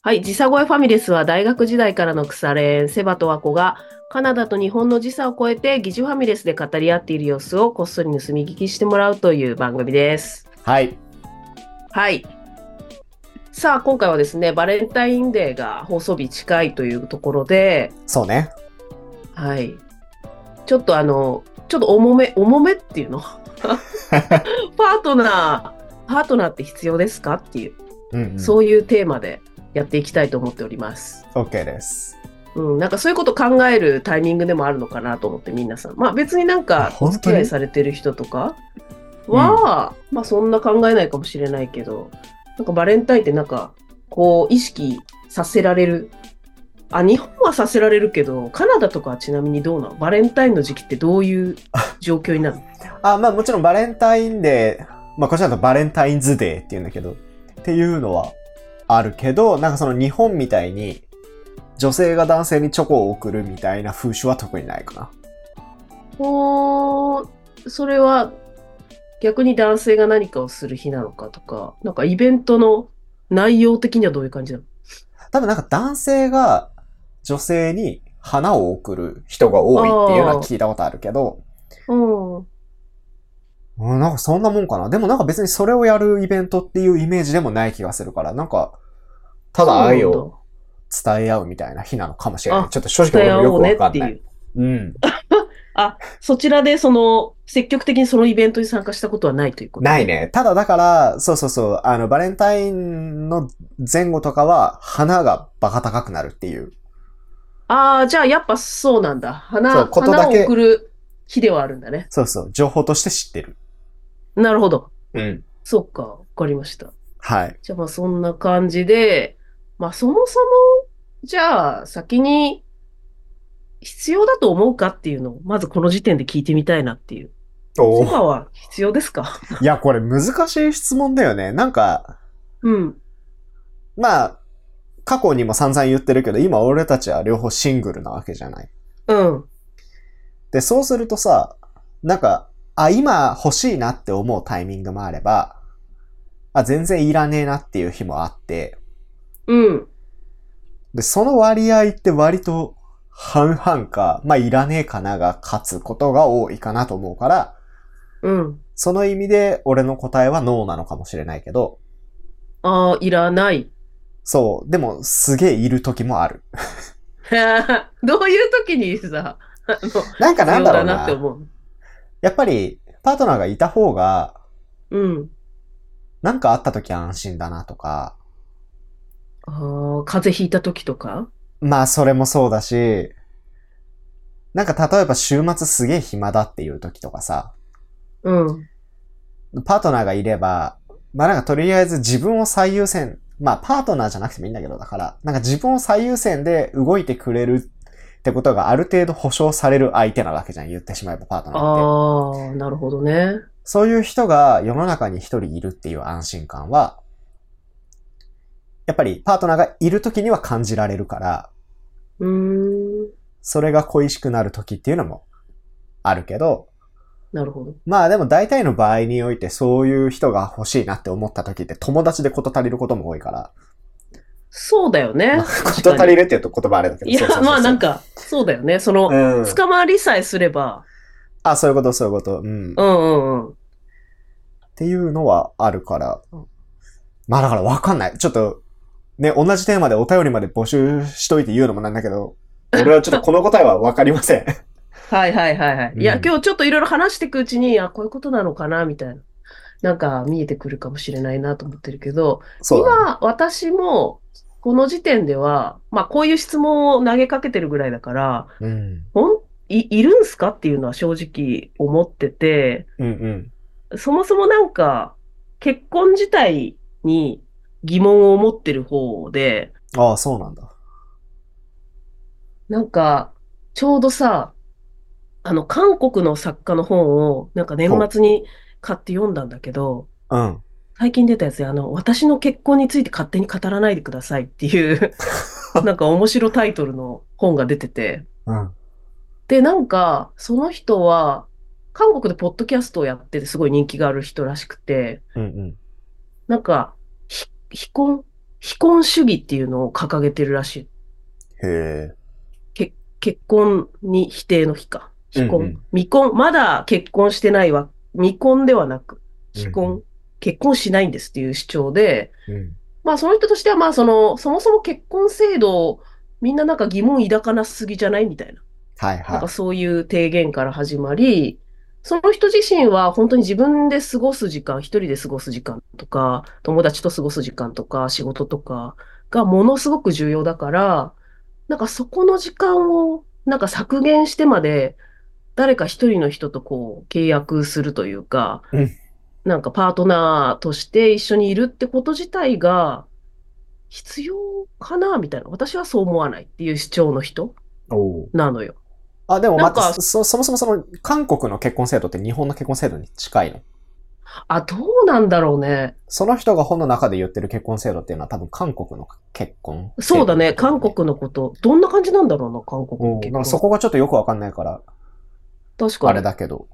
はい、時差越えファミレスは大学時代からの腐れ縁、セバとワコがカナダと日本の時差を超えて疑似ファミレスで語り合っている様子をこっそり盗み聞きしてもらうという番組です。 はい。 はい。さあ、今回はですね、バレンタインデーが放送日近いというところで、 そうね。 はい。ちょっと重めっていうのパートナーって必要ですかっていう、そういうテーマでやっていきたいと思っております。 OK です。 なんかそういうこと考えるタイミングでもあるのかなと思って皆さん。まあ別になんかお付き合いされてる人とかは、まあそんな考えないかもしれないけど、なんかバレンタインってなんかこう意識させられる。日本はさせられるけど、カナダとかはちなみにどうなの？バレンタインの時期ってどういう状況になるの？ まあもちろんバレンタインデー、まあこちらだとバレンタインズデーって言うんだけど、っていうのはあるけど、なんかその日本みたいに女性が男性にチョコを送るみたいな風習は特にないかな。 それは逆に男性が何かをする日なのかとか、なんかイベントの内容的にはどういう感じなの？ 多分なんか男性が女性に花を送る人が多いっていうのは聞いたことあるけど、なんかそんなもんかな。でもなんか別にそれをやるイベントっていうイメージでもない気がするから、なんか、ただ愛を伝え合うみたいな日なのかもしれない。ちょっと正直俺もよくわかんない。 そちらで積極的にそのイベントに参加したことはないということ？ ないね。ただだから、そう、バレンタインの前後とかは、花がバカ高くなるっていう。 じゃあやっぱそうなんだ。花を送る日ではあるんだね。 そうそう、情報として知ってる。 なるほど。 うん。 そっか、わかりました。 はい。 じゃあまあそんな感じで、まあそもそも、じゃあ先に必要だと思うかっていうのを、まずこの時点で聞いてみたいなっていう。セバは必要ですか？ いや、これ難しい質問だよね。なんか、まあ、過去にも散々言ってるけど、今俺たちは両方シングルなわけじゃない。で、そうするとさ、なんか、今欲しいなって思うタイミングもあれば、全然いらねえなっていう日もあって、で、その割合って割と半々か、いらねえかなが勝つことが多いかなと思うから、その意味で俺の答えはノーなのかもしれないけど。 いらない。 そう。でも、すげえいる時もある。 どういう時にさ、 なんかなんだろうなって思う。 やっぱり、パートナーがいた方が、なんかあった時安心だなとか。 風邪ひいた時とか？ まあ、それもそうだし、なんか例えば週末すげえ暇だっていう時とかさ、パートナーがいれば、なんかとりあえず自分を最優先、パートナーじゃなくてもいいんだけど、だから、なんか自分を最優先で動いてくれるってことがある程度保証される相手なわけじゃん、言ってしまえばパートナーって。 なるほどね。 そういう人が世の中に一人いるっていう安心感は、やっぱりパートナーがいる時には感じられるから、それが恋しくなる時っていうのもあるけど、 なるほど。 でも大体の場合においてそういう人が欲しいなって思った時って友達で事足りることも多いから。 そうだよね。 事足りるって言うと言葉あれだけど。 いや、なんか、そうだよね。捕まりさえすれば。 そういうこと、そういうこと。っていうのはあるから。だからわかんない。ちょっと、ね、同じテーマでお便りまで募集しといて言うのもなんだけど、俺はちょっとこの答えはわかりません。 はい。いや、今日ちょっといろいろ話していくうちに、こういうことなのかな、みたいな。なんか見えてくるかもしれないなと思ってるけど、今、私も、この時点では、こういう質問を投げかけてるぐらいだから、いるんすかっていうのは正直思ってて、そもそもなんか、結婚自体に疑問を持ってる方で、 そうなんだ。 なんか、ちょうどさ、韓国の作家の本を、なんか年末に買って読んだんだけど、最近出たやつで、私の結婚について勝手に語らないでくださいっていうなんか面白タイトルの本が出てて、で、なんか、その人は、韓国でポッドキャストをやっててすごい人気がある人らしくて、なんか、非婚非婚主義っていうのを掲げてるらしい。 へえ。 結婚に否定の非か。非婚、 うんうん。 未婚、まだ結婚してないわ。未婚ではなく、 うん非婚、結婚しないんですっていう主張で、 うん。うん。 まあその人としてはまあそもそも結婚制度をみんななんか疑問抱かなすぎじゃないみたいな。なんかはいはい。 そういう提言から始まり、その人自身は本当に自分で過ごす時間、一人で過ごす時間とか、友達と過ごす時間とか、仕事とかがものすごく重要だから、なんかそこの時間をなんか削減してまで誰か一人の人とこう契約するというか、 うん。 なんかパートナーとして一緒にいるってこと自体が必要かなみたいな。私はそう思わないっていう主張の人おお。 なのよ。 あ、でも待って、 なんか、 そもそもその、韓国の結婚制度って日本の結婚制度に近いの？ あ、どうなんだろうね。 その人が本の中で言ってる結婚制度っていうのは多分韓国の結婚制度のこそうだね。韓とだよね。 国のこと。どんな感じなんだろうな、韓国のうん。だからそ結婚。 こがちょっとよくわかんないから、あれ確かに。 だけど。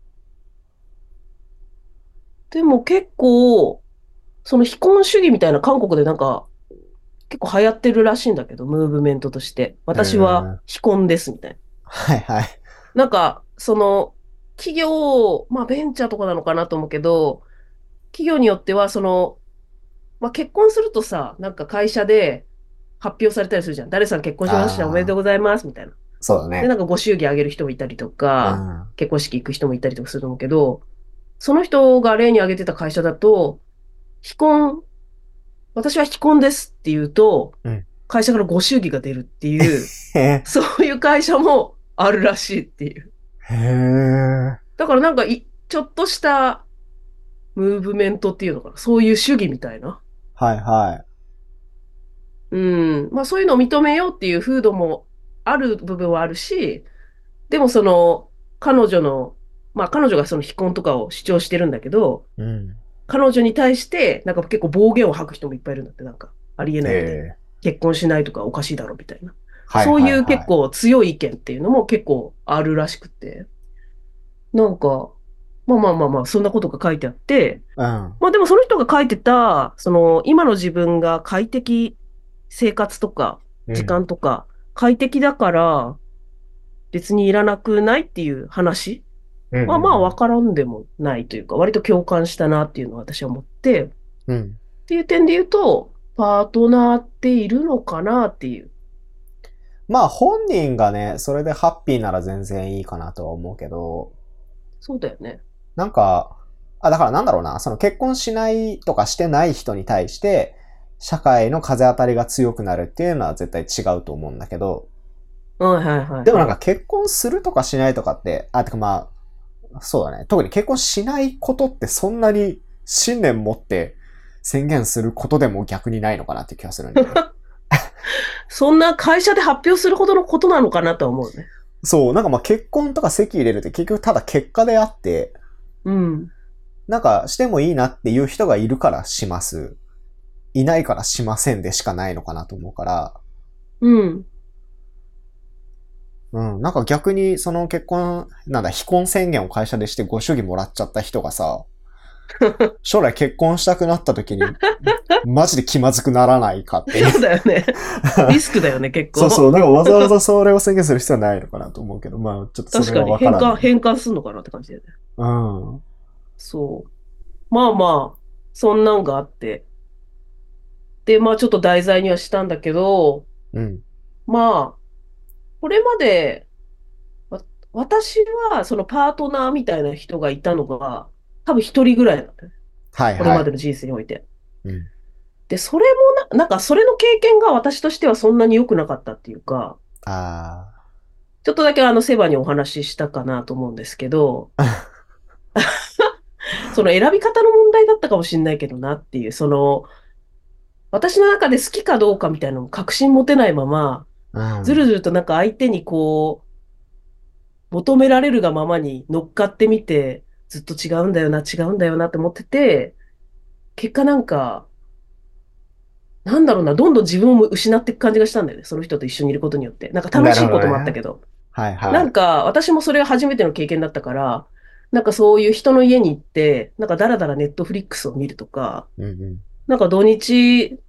でも結構、その非婚主義みたいな韓国でなんか結構流行ってるらしいんだけど、ムーブメントとして。 へ私はえ。 非婚ですみたいな。 はいはい。 なんか、その、企業、まあベンチャーとかなのかなと思うけど、企業によっては、その、まあ結婚するとさ、なんか会社で発表されたりするじゃん。誰さん結婚しました、おめでとうああ、 ございます、みたいな。で、 そうだね。 なんかご祝儀あげる人もいたりとか、 うん。 結婚式行く人もいたりとかすると思うけど、その人が例に挙げてた会社だと、非婚、私は非婚ですって言うと、 うん。 会社からご祝儀が出るっていう、 へえ。 そういう会社もあるらしいっていう。 へえ。 だからなんかちょっとしたムーブメントっていうのかな。そういう主義みたいな。 はいはい。 うん。まあそういうのを認めようっていう風土もある部分はあるし、でもその、彼女の、まあ彼女がその非婚とかを主張してるんだけど、 うん。 彼女に対して、なんか結構暴言を吐く人もいっぱいいるんだって、なんか、ありえないみたいな。 へえ。 結婚しないとかおかしいだろみたいな。 はいそういう結はいはい。 構強い意見っていうのも結構あるらしくて。なんか、まあまあまあまあ、そんなことが書いてあって、 うん。 まあでもその人が書いてた、その今の自分が快適生活とか時うん。 間とか快適だから別にいらなくないっていう話うんはまあわうんからんでもないというか、割と共感したなっていうのは私は思って、っうん。うん。 ていう点で言うと、パートナーっているのかなっていう。 まあ本人がね、それでハッピーなら全然いいかなとは思うけど、 そうだよね。 なんか、だからなんだろうな、その結婚しないとかしてない人に対して、社会の風当たりが強くなるっていうのは絶対違うと思うんだけど、 はいはいはいでもなんはい。 か結婚するとかしないとかって、てかまあ、そうだね。特に結婚しないことってそんなに信念持って宣言することでも逆にないのかなって気がするんだよね。 そんな会社で発表するほどのことなのかなとは思うね。 そう、なんかまあ結婚とか籍入れるって結局ただ結果であって、 うん。 なんかしてもいいなっていう人がいるからします。いないからしませんでしかないのかなと思うから、 うん。 うん、なんか逆にその結婚、非婚宣言を会社でしてご祝儀もらっちゃった人がさ、将来結婚したくなった時に、マジで気まずくならないかっていう。 そうだよね。リスクだよね、結構。 そうそう、なんかわざわざそれを宣言する必要はないのかなと思うけど、まあちょっとそれは確かにわからない。 変換すんのかなって感じだよね。 うん。 そう。まあまあ、そんなんがあって。で、まあちょっと題材にはしたんだけど、 うん。 まあ、これまで、わ私はそのパートナーみたいな人がいたのが、多分一人ぐらいなんだよね。これはいはい。 までの人生において。 うん。 で、それもなんかそれの経験が私としてはそんなに良くなかったっていうか、 あちょっとだけセバにお話ししたかなと思うんですけど、 あ。 その選び方の問題だったかもしれないけどなっていう、その、私の中で好きかどうかみたいなのを確信持てないまま、 うん。 ずるずるとなんか相手にこう、求められるがままに乗っかってみて、ずっと違うんだよな、違うんだよなって思ってて、結果なんか、なんだろうな、どんどん自分を失っていく感じがしたんだよね。その人と一緒にいることによって。なんか楽なるほしいこともあったどね。 けど。 はいはい。 なんか、私もそれが初めての経験だったから、なんかそういう人の家に行って、なんかだらだらネットフリックスを見るとか、 うんうん。 なんか土日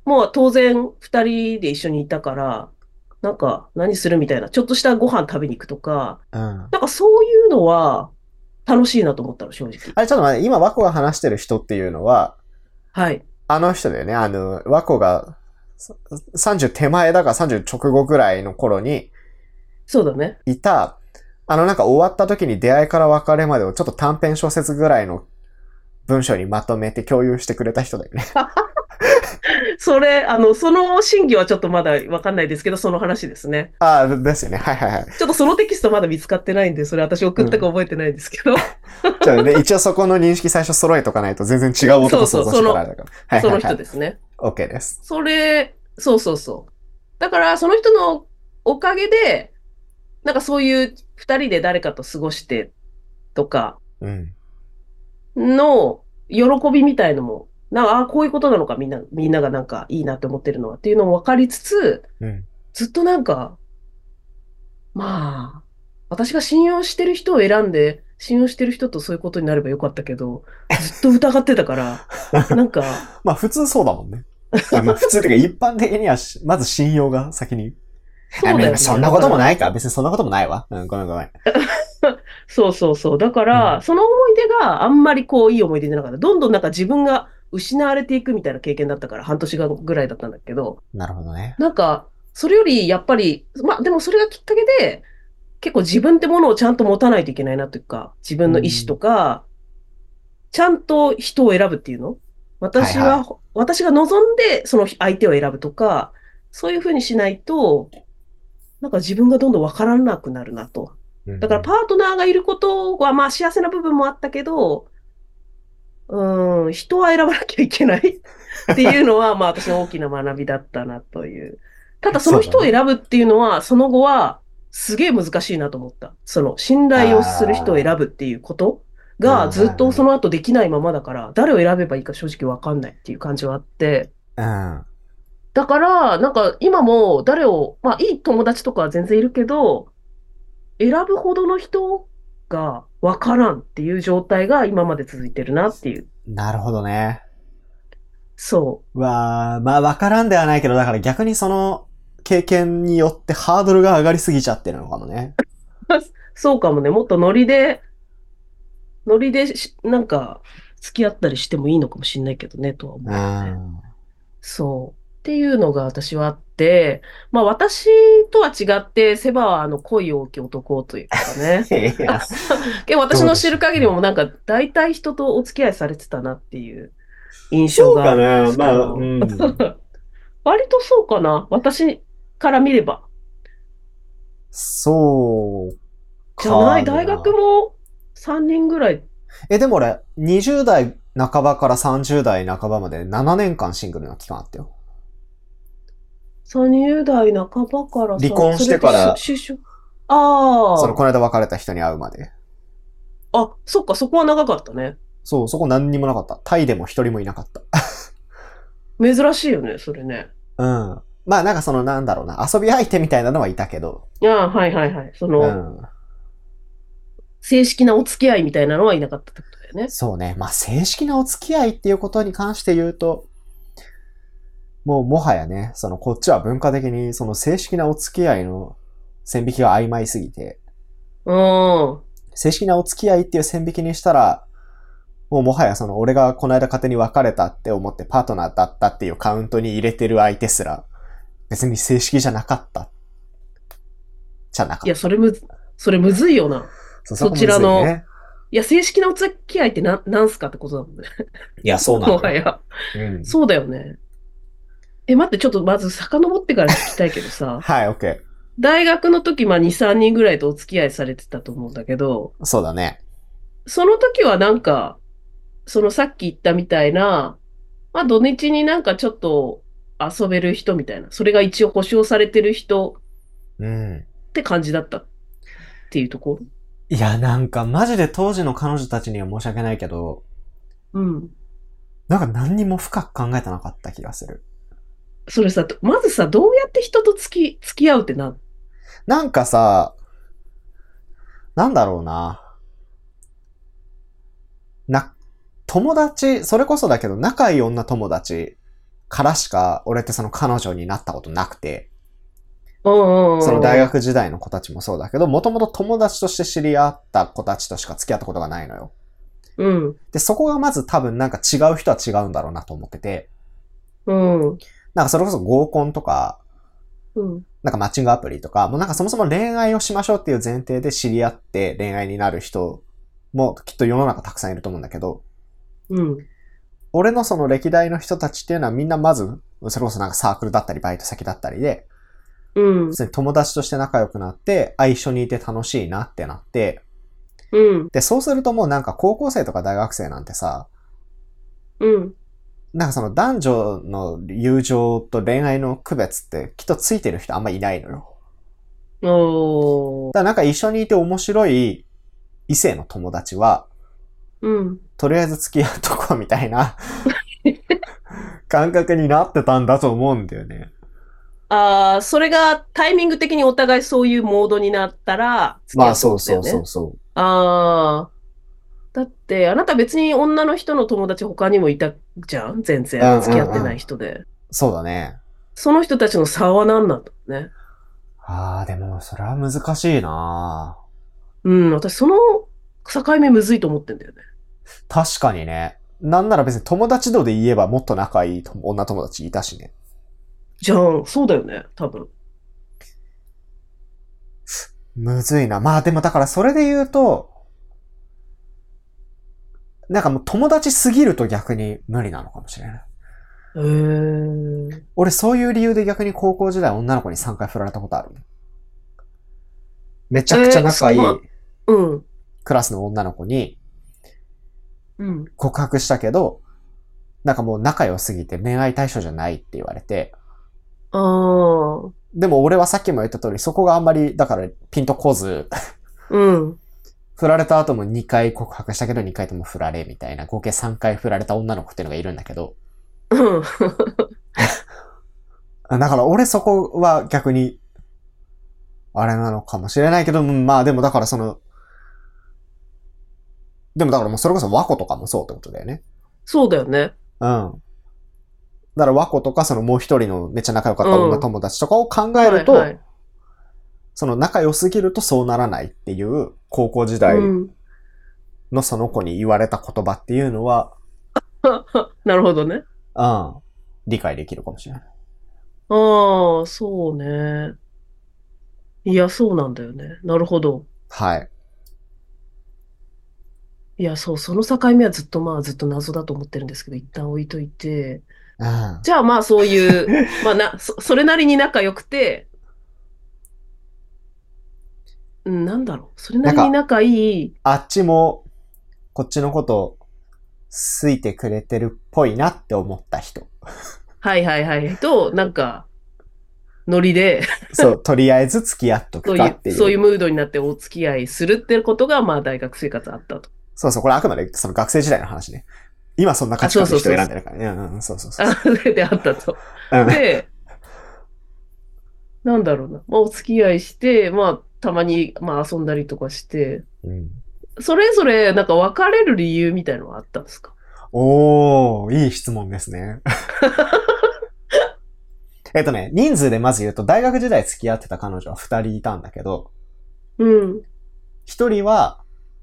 もう当然二人で一緒にいたから、なんか何するみたいな、ちょっとしたご飯食べに行くとか、 うん。 なんかそういうのは楽しいなと思ったの、正直。 あれ、ちょっと待って、今、ワコが話してる人っていうのは、 はい。 あの人だよね。ワコが30手前だか30直後ぐらいの頃に、 そうだね。 いた、なんか終わった時に出会いから別れまでをちょっと短編小説ぐらいの文章にまとめて共有してくれた人だよね。 それ、その真偽はちょっとまだわかんないですけど、その話ですね。 ああ、ですよね。はいはいはい。 ちょっとそのテキストまだ見つかってないんで、それ私送ったか覚えてないんですけど。 じゃあね、一応そこの認識最初揃えとかないと全然違う男想像してたらあれだから。はいそのはいはい。 人ですね。 OK です。 それ、そうそうそう。だから、その人のおかげで、なんかそういう二人で誰かと過ごしてとかうん。 の喜びみたいのも、なんか、ああ、こういうことなのか、みんながなんかいいなって思ってるのはっていうのも分かりつつ、 うん。 ずっとなんか、まあ、私が信用してる人を選んで、信用してる人とそういうことになればよかったけど、ずっと疑ってたから、なんか、 まあ普通そうだもんね。まあ普通っていうか一般的にはまず信用が先に。 そうだよね。 そんなこともないか。別にそんなこともないわ。うん、ごめんごめん。 そうそうそう。だかうん。 ら、その思い出があんまりこういい思い出じゃなかった。どんどんなんか自分が失われていくみたいな経験だったから、半年ぐらいだったんだけど、 なるほどね。 なんか、それよりやっぱり、まあでもそれがきっかけで、結構自分ってものをちゃんと持たないといけないなというか、自分の意思うん。 とか、ちゃんと人を選ぶっていうのはいはい。 私が望んでその相手を選ぶとか、そういうふうにしないと、なんか自分がどんどんわからなくなるなと。 うんだからパートナーがいることはまあ幸せな部分もあったけど、人は選ばなきゃいけないっていうのはまあ私の大きな学びだったなという。ただそのそうだね。 人を選ぶっていうのは、その後はすげえ難しいなと思った。その信頼をする人を選あぶっていうことあ。うがずっとそんの後できないままだから、誰を選べばいいか正直わかんないっていう感じはあって、 うん。うん。 だから、なんか今も誰を、まあいい友達とかは全然いるけど、選ぶほどの人がわからんっていう状態が今まで続いてるなっていう。 なるほどね。 そまあわからんではないけど、だから逆にその経験によってハードルが上がりすぎちゃってるのかもね。 う。そうかもね。もっとノリでなんか、付き合ったりしてもいいのかもしれないけどね、とはう思うよね。 ん。 そう。っていうのが私はあって、まあ私とは違って、セバは恋多き男というかね。 いや、 結構私の知るどうでしょう。 限りもなんか大体人とお付き合いされてたなっていう印象そうがあるんでかな。 すまあ、うけど。 ん。 割とそうかな。私から見れば。 そうじゃない、 か大学な。 も3人ぐらい。 でも俺、20代半ばから30代半ばまで7年間シングルな期間あったよ。 30代半ばから離婚しそれっててから、 就職。あこの間別れた人に会うまで。 あ。あ、そっか、そこは長かったね。 そう、そこ何にもなかった。タイでも一人もいなかった。 珍しいよね、それね。 うん。まあなんかなんだろうな、遊び相手みたいなのはいたけど。 ああ、はいはいはい。 うん。 正式なお付き合いみたいなのはいなかったってことだよね。 そうね。まあ正式なお付き合いっていうことに関して言うと、もはやね、こっちは文化的に正式なお付き合いの線引きが曖昧すぎて、 うん。 正式なお付き合いっていう線引きにしたら、もはや俺がこの間勝手に別れたって思ってパートナーだったっていうカウントに入れてる相手すら、別に正式じゃなかった。じゃなかいや、 った。 それむずいよな。そちそこむらの、 ずいね。 いや、正式なお付き合いってなんすかってことだもんね。 いや、そうなのよ。 もはや。 うん。 そうだよね。待って、ちょっとまず遡ってから聞きたいけどさ、 はい、オッケ大学の時、まあ2、3人ぐらいとお付き合いされてたと思うんだけど、 ー。そうだね。 その時はなんか、そのさっき言ったみたいな、まあ土日になんかちょっと遊べる人みたいな、それが一応保証されてる人うん。 って感じだったっていうところ。 いや、なんかマジで当時の彼女たちには申し訳ないけど、 うん。 なんか何にも深く考えてなかった気がする。 それさ、まずさ、どうやって人と付き合うってなんかさ、なんだろうな。な、友達、それこそだけど仲いい女友達からしか、俺ってその彼女になったことなくて、 その大学時代の子たちもそうだけど、もともと友達として知り合った子たちとしか付き合ったことがないのよ。 うん。 で、そこがまず多分なんか違う人は違うんだろうなと思ってて、 うん。 なんかそれこそ合コンとか、 うん。 なんかマッチングアプリとか、もうなんかそもそも恋愛をしましょうっていう前提で知り合って恋愛になる人もきっと世の中たくさんいると思うんだけど、 うん。 俺のその歴代の人たちっていうのはみんなまず、それこそなんかサークルだったりバイト先だったりで、 うん。 普通に友達として仲良くなって、一緒にいて楽しいなってなって、 うん。 で、そうするともうなんか高校生とか大学生なんてさ、 うん。 なんかその男女の友情と恋愛の区別ってきっとついてる人あんまいないのよ。だからなんか一緒にいて面白い異性の友達は、 うん。 とりあえず付き合うとこみたいな感覚になってたんだと思うんだよね。 それがタイミング的にお互いそういうモードになったら付き合うってことだよね。 そうそう。 だって、あなた別に女の人の友達他にもいたじゃん全然。付き合ってない人で。 そうだね。 その人たちの差は何なんだろうね。 でも、それは難しいな私その境目むずいと思ってんだよね。 確かにね。なんなら別に友達度で言えばもっと仲いい女友達いたしね。 じゃん、そうだよね、多分。 むずいな。まあでもだからそれで言うと、なんかもう友達すぎると逆に無理なのかもしれない。俺そういう理由で逆に高校時代女の子に3回振られたことある。めちゃくちゃ仲いい、クラスの女の子に告白したけど、なんかもう仲良すぎて恋愛対象じゃないって言われて。でも俺はさっきも言った通り、そこがあんまり、だからピンとこず、振られた後も2回告白したけど2回とも振られみたいな、合計3回振られた女の子っていうのがいるんだけど。だから俺そこは逆に、あれなのかもしれないけど、まあでもだからでもだからもうそれこそ和子とかもそうってことだよね。 そうだよね。 だから和子とかそのもう一人のめっちゃ仲良かった女友達とかを考えると、その仲良すぎるとそうならないっていう高校時代のその子に言われた言葉っていうのは、 なるほどね。 理解できるかもしれない。 そうね。いや、そうなんだよね。なるほど。 はい。 いや、その境目はずっと謎だと思ってるんですけど、一旦置いといて。じゃあまあそういう、それなりに仲良くて、なんだろう。それなりに仲いい。 あっちも、こっちのこと好いてくれてるっぽいなって思った人。 はいはいはい。と、なんか、ノリでそう、とりあえず付き合っとくかっていう。 そういうムードになってお付き合いするってことが、まあ大学生活あったと。 そうそう、これあくまでその学生時代の話ね。今そんな価値観の人選んでるからね。そうそうそう。 であったと。で、なんだろうな。まあお付き合いして、まあたまに、まあ遊んだりとかして、それぞれなんか別れる理由みたいなのはあったんですか？ いい質問ですね。人数でまず言うと、大学時代付き合ってた彼女は2人いたんだけど、1人は、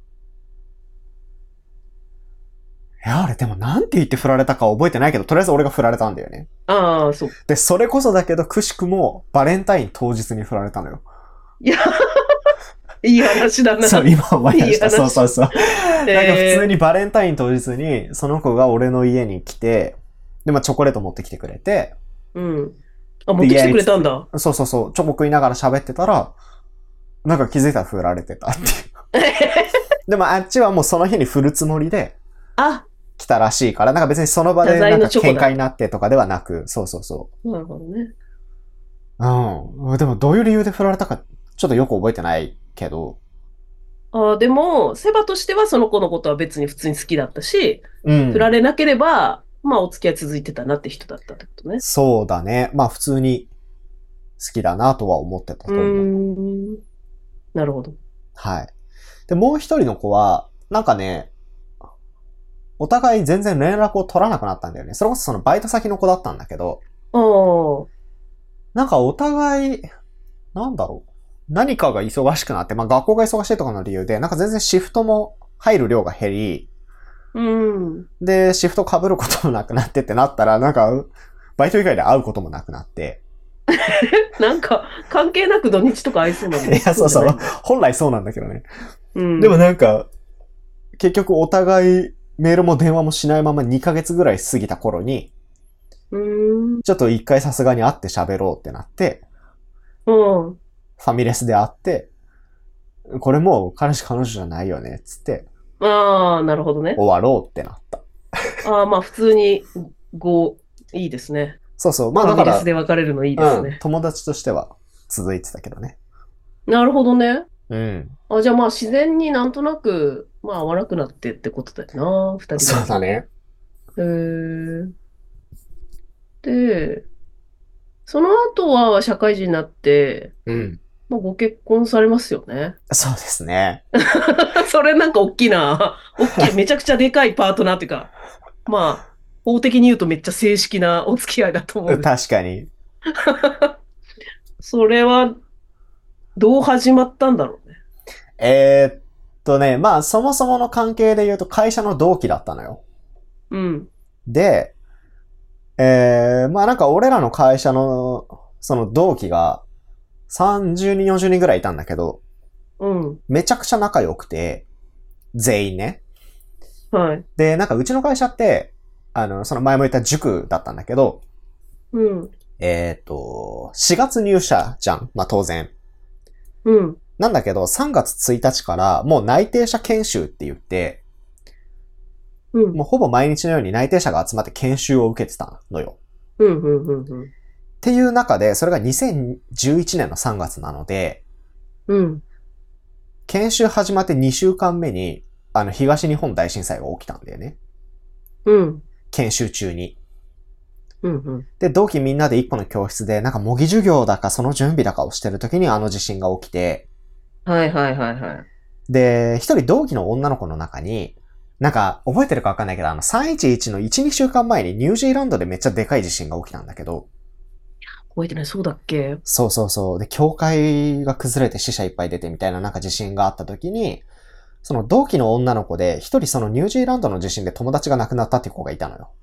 あれでもなんて言って振られたか覚えてないけど、とりあえず俺が振られたんだよね。 そう。 で、それこそだけど、くしくもバレンタイン当日に振られたのよ。 いや、いい話だな。 そう、今思い出した。そう。なんか普通にバレンタイン当日に、その子が俺の家に来て、で、チョコレート持ってきてくれて、 持ってきてくれたんだ。 そう。チョコ食いながら喋ってたら、なんか気づいたら振られてたっていう。でもあっちはもうその日に振るつもりで、来たらしいから、なんか別にその場でなんか喧嘩になってとかではなく、そう。 なるほどね。 でもどういう理由で振られたか、ちょっとよく覚えてないけど。 でも、セバとしてはその子のことは別に普通に好きだったし、振られなければ、まあお付き合い続いてたなって人だったってことね。 そうだね。まあ普通に好きだなとは思ってたと思う。 なるほど。 はい。で、もう一人の子は、なんかね、 お互い全然連絡を取らなくなったんだよね。それこそそのバイト先の子だったんだけど、なんかお互い、なんだろう。何かが忙しくなって、まあ学校が忙しいとかの理由で、なんか全然シフトも入る量が減り、で、シフト被ることもなくなってってなったら、なんか、バイト以外で会うこともなくなって。 なんか、関係なく土日とか会いそうなんだ。 いや、そうそう。本来そうなんだけどね。でもなんか、結局お互いメールも電話もしないまま2ヶ月ぐらい過ぎた頃に、ちょっと一回さすがに会って喋ろうってなって、ファミレスで会って、これもう彼氏彼女じゃないよね、つって。 なるほどね。 終わろうってなった。 まあ普通に、いいですね。 そうそう。 まあだから。ファミレスで別れるのいいですね。 友達としては続いてたけどね。 なるほどね。じゃあまあ自然になんとなく、まあ会わなくなってってことだよな、二人で。 そうだね。 で、その後は社会人になって、まあご結婚されますよね。 そうですね。 それなんか大きい、めちゃくちゃでかいパートナーっていうか、まあ、法的に言うとめっちゃ正式なお付き合いだと思う。 確かに。 それは、どう始まったんだろうね。まあ、そもそもの関係で言うと会社の同期だったのよ。で、まあなんか俺らの会社の、その同期が30人、40人ぐらいいたんだけど、めちゃくちゃ仲良くて、全員ね。で、なんかうちの会社って、その前も言った塾だったんだけど、4月入社じゃん。まあ当然。なんだけど、3月1日からもう内定者研修って言って、もうほぼ毎日のように内定者が集まって研修を受けてたのよ。っていう中で、それが2011年の3月なので、研修始まって2週間目に、東日本大震災が起きたんだよね。研修中に。で、同期みんなで一個の教室で、なんか模擬授業だかその準備だかをしてる時に地震が起きて、で、一人同期の女の子の中に、なんか覚えてるかわかんないけど、311の1、2週間前にニュージーランドでめっちゃでかい地震が起きたんだけど、 覚えてない、そうだっけ？ そうそうそう。で、教会が崩れて死者いっぱい出てみたいななんか地震があった時に、その同期の女の子で、一人そのニュージーランドの地震で友達が亡くなったっていう子がいたのよ。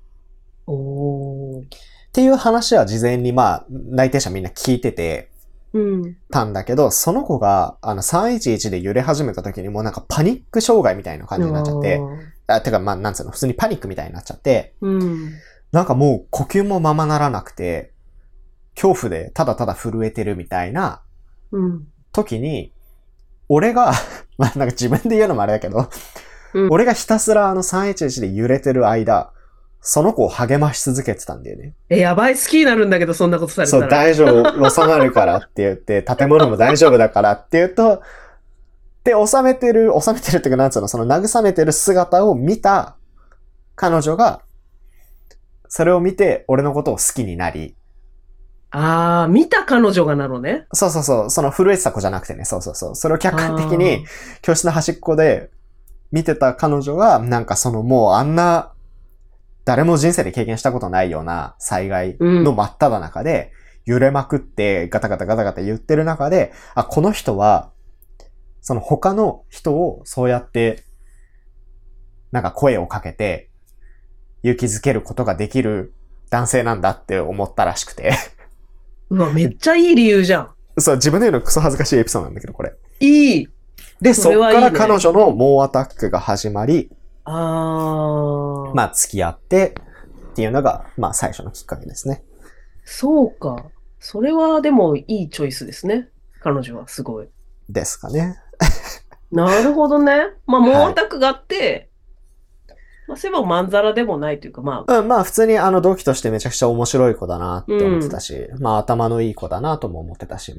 っていう話は事前にまあ、内定者みんな聞いてて、たんだけど、その子が、311で揺れ始めた時にもうなんかパニック障害みたいな感じになっちゃって、てかまあ、なんつうの、普通にパニックみたいになっちゃって、なんかもう呼吸もままならなくて、恐怖でただただ震えてるみたいな時に、俺が、まあなんか自分で言うのもあれだけど、俺がひたすら311で揺れてる間、その子を励まし続けてたんだよね。 やばい、好きになるんだけど、そんなことされたら。 そう、大丈夫、収まるからって言って、建物も大丈夫だからって言うと、で、収めてるっていうかなんつうの、その慰めてる姿を見た彼女が、それを見て俺のことを好きになり、 見た彼女がなのね。 そうそうそう。その震えてた子じゃなくてね。そうそうそう。それを客観的に教室の端っこで見てた彼女が、なんかそのもうあんな誰も人生で経験したことないような災害の真っ只中で揺れまくってガタガタガタガタ言ってる中で、この人はその他の人をそうやってなんか声をかけて勇気づけることができる男性なんだって思ったらしくて。 うわ、めっちゃいい理由じゃん。 そう、自分で言うのクソ恥ずかしいエピソードなんだけど、これ。 いい。 で、そっから彼女の猛アタックが始まり、まあ、付き合ってっていうのが、まあ、最初のきっかけですね。 そうか。それはでもいいチョイスですね。彼女はすごい。 ですかね。 なるほどね。まあ、猛アタックがあって、まあ、そういえばまんざらでもないというか、まあ。 まあ、普通に同期としてめちゃくちゃ面白い子だなって思ってたし、まあ、頭のいい子だなとも思ってたし、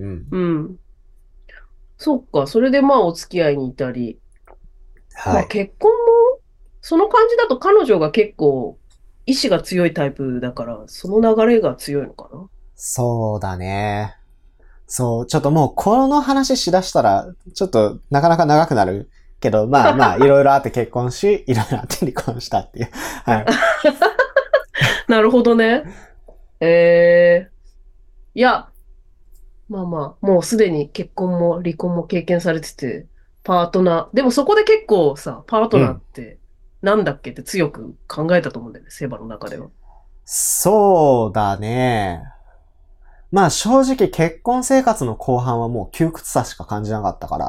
そっか。それでまあ、お付き合いに至り。まあ、結婚も、その感じだと彼女が結構、意志が強いタイプだから、その流れが強いのかな？ そうだね。そう、ちょっともうこの話しだしたら、ちょっとなかなか長くなるけど、まあまあ、いろいろあって結婚し、いろいろあって離婚したっていう。はい。 なるほどね。いや、まあまあ、もうすでに結婚も離婚も経験されてて、パートナー、でもそこで結構さ、パートナーってなんだっけって強く考えたと思うんだよね、セバの中では。 そうだね。まあ正直結婚生活の後半はもう窮屈さしか感じなかったから、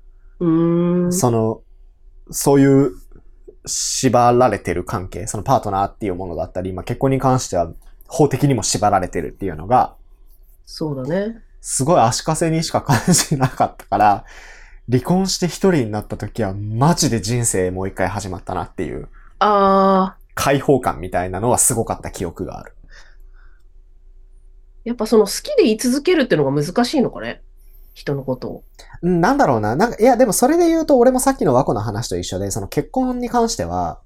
そういう縛られてる関係、そのパートナーっていうものだったり、まあ結婚に関しては法的にも縛られてるっていうのが、 そうだね。 すごい足かせにしか感じなかったから、離婚して一人になった時はマジで人生もう一回始まったなっていう。解放感みたいなのはすごかった記憶がある。 やっぱその好きで居続けるっていうのが難しいのかね、人のことを。 なんだろうな。いやでもそれで言うと俺もさっきの和子の話と一緒で、その結婚に関しては、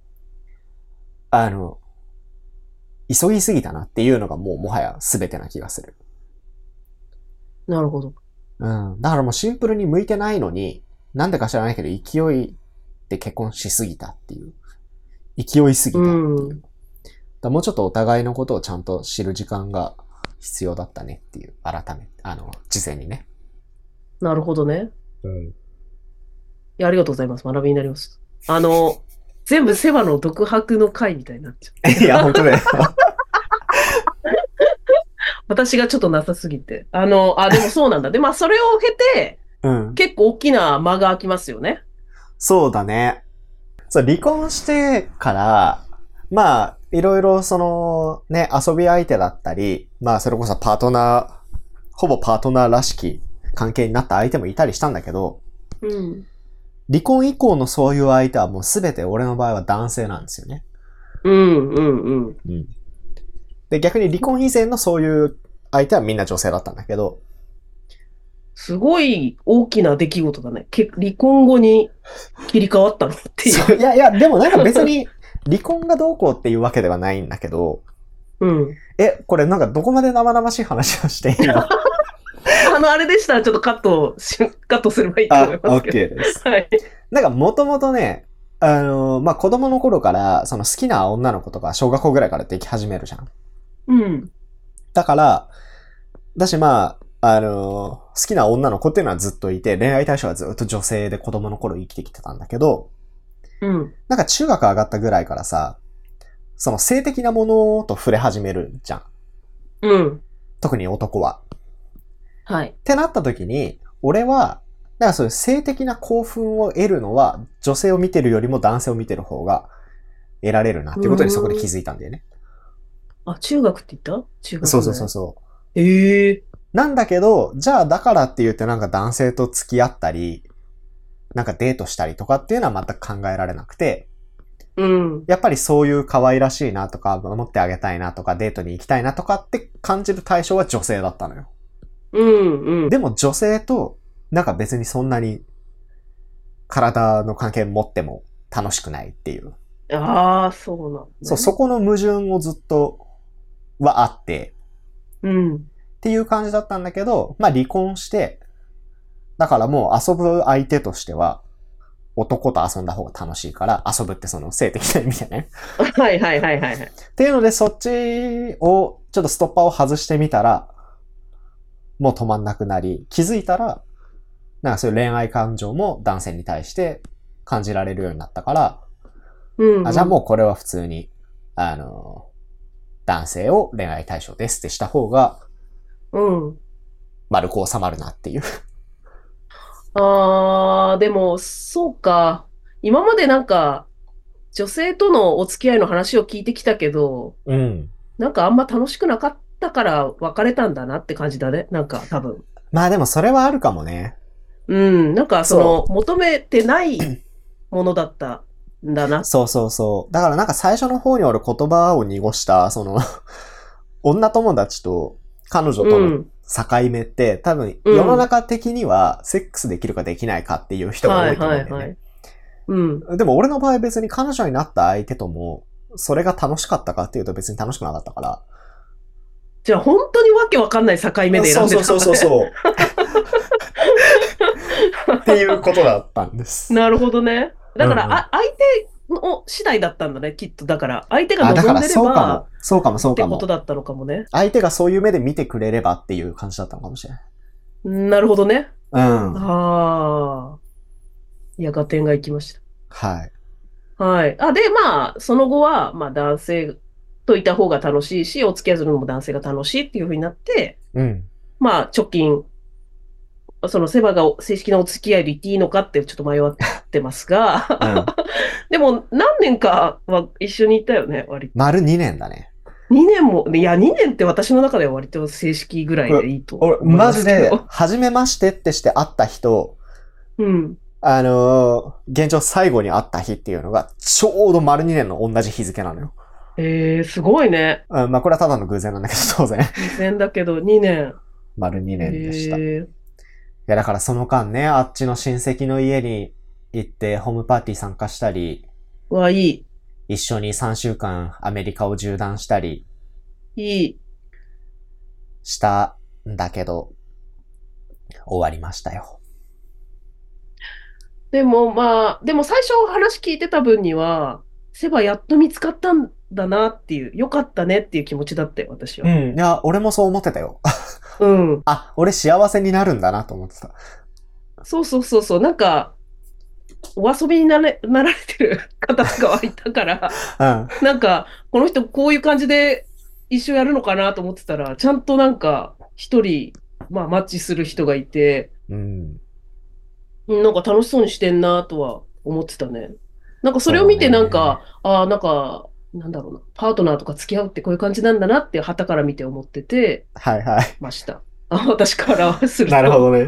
急ぎすぎたなっていうのがもはや全てな気がする。 なるほど。 だからもうシンプルに向いてないのに、なんでか知らないけど勢いで結婚しすぎたっていう。勢いすぎたっていう。だもうちょっとお互いのことをちゃんと知る時間が必要だったねっていう、改め、事前にね。 なるほどね。いや、ありがとうございます。学びになります。全部セバの独白の回みたいになっちゃう。 いや、本当だよ。 私がちょっとなさすぎて。でもそうなんだ。で、まあ、それを経て、結構大きな間が空きますよね。 そうだね。離婚してから、まあ、いろいろ遊び相手だったり、まあ、それこそほぼパートナーらしき関係になった相手もいたりしたんだけど、離婚以降のそういう相手はもうすべて俺の場合は男性なんですよね。で、逆に離婚以前のそういう相手はみんな女性だったんだけど。 すごい大きな出来事だね。離婚後に切り替わったのっていう。 いや、でもなんか別に離婚がどうこうっていうわけではないんだけど。これなんかどこまで生々しい話をしていいのあれでしたらちょっとカットすればいいと思いますけど。 OK です。 はい。 なんかもともとね、まあ、子供の頃から、好きな女の子とか小学校ぐらいからでき始めるじゃん。だから、まあ、好きな女の子っていうのはずっといて、恋愛対象はずっと女性で子供の頃生きてきてたんだけど、なんか中学上がったぐらいからさ、その性的なものと触れ始めるじゃん。特に男は。 はい。 ってなった時に、俺は、だからそういう性的な興奮を得るのは、女性を見てるよりも男性を見てる方が得られるなっていうことにそこで気づいたんだよね。 中学って言った中学。 そう。なんだけど、じゃあだからって言ってなんか男性と付き合ったり、なんかデートしたりとかっていうのは全く考えられなくて、やっぱりそういう可愛らしいなとか、守ってあげたいなとか、デートに行きたいなとかって感じる対象は女性だったのよ。でも女性と、なんか別にそんなに体の関係持っても楽しくないっていう。 そうなんだ、ね。 そう、そこの矛盾をずっとはあって、っていう感じだったんだけど、まあ離婚して、だからもう遊ぶ相手としては、男と遊んだ方が楽しいから、遊ぶってその性的な意味でね。 はい。 っていうので、そっちを、ちょっとストッパーを外してみたら、もう止まんなくなり、気づいたら、なんかそういう恋愛感情も男性に対して感じられるようになったから、じゃあもうこれは普通に、男性を恋愛対象ですってした方が、丸く収まるなっていう。 でも、そうか。今までなんか、女性とのお付き合いの話を聞いてきたけど、なんかあんま楽しくなかったから別れたんだなって感じだね。なんか多分。 まあでもそれはあるかもね。 なんか求めてないものだったんだな。 そう。だからなんか最初の方に俺言葉を濁した、女友達と彼女との境目って、多分世の中的にはセックスできるかできないかっていう人が多いと思うんだよね。でも俺の場合別に彼女になった相手とも、それが楽しかったかっていうと別に楽しくなかったから。 じゃあ本当にわけわかんない境目で選んでたんだね。 そう。っていうことだったんです。 なるほどね。だから、相手の次第だったんだね、きっと。だから、相手が望んでれば、 そうかも。 ってことだったのかもね。 相手がそういう目で見てくれればっていう感じだったのかもしれない。 なるほどね。 うん。 ああ。いや、合点がいきました。 はい。 はい。で、まあ、その後は、まあ、男性といた方が楽しいし、お付き合いするのも男性が楽しいっていう風になって、 うん。 まあ、直近、そのセバが正式なお付き合いで言っていいのかってちょっと迷ってますが、うん、でも何年かは一緒にいたよね、割と。 丸2年だね。 2年も、いや、2年って私の中では割と正式ぐらいでいいと思いますけど。 マジで、初めましてってして会った人、 うん。 現状最後に会った日っていうのが、ちょうど丸2年の同じ日付なのよ。 すごいね。 うん、まあこれはただの偶然なんだけど、当然。 偶然だけど、2年。 丸2年でした。いや、だからその間ね、あっちの親戚の家に行ってホームパーティー参加したり、 いい。 一緒に3週間アメリカを縦断したり、 いい。 したんだけど、終わりましたよ。 でも最初話聞いてた分には、セバやっと見つかったんだなっていう、よかったねっていう気持ちだったよ、私は。 うん。いや、俺もそう思ってたよ。 うん。 俺幸せになるんだなと思ってた。 そう。なんか、お遊びになられてる方とかはいたから、うん、なんか、この人こういう感じで一緒やるのかなと思ってたら、ちゃんとなんか、一人、まあ、マッチする人がいて、うん、なんか楽しそうにしてんなとは思ってたね。なんかそれを見てなんか、なんか、なんだろうな、パートナーとか付き合うってこういう感じなんだなって旗から見て思ってて、 はいはい。 ました。私からすると。 なるほどね。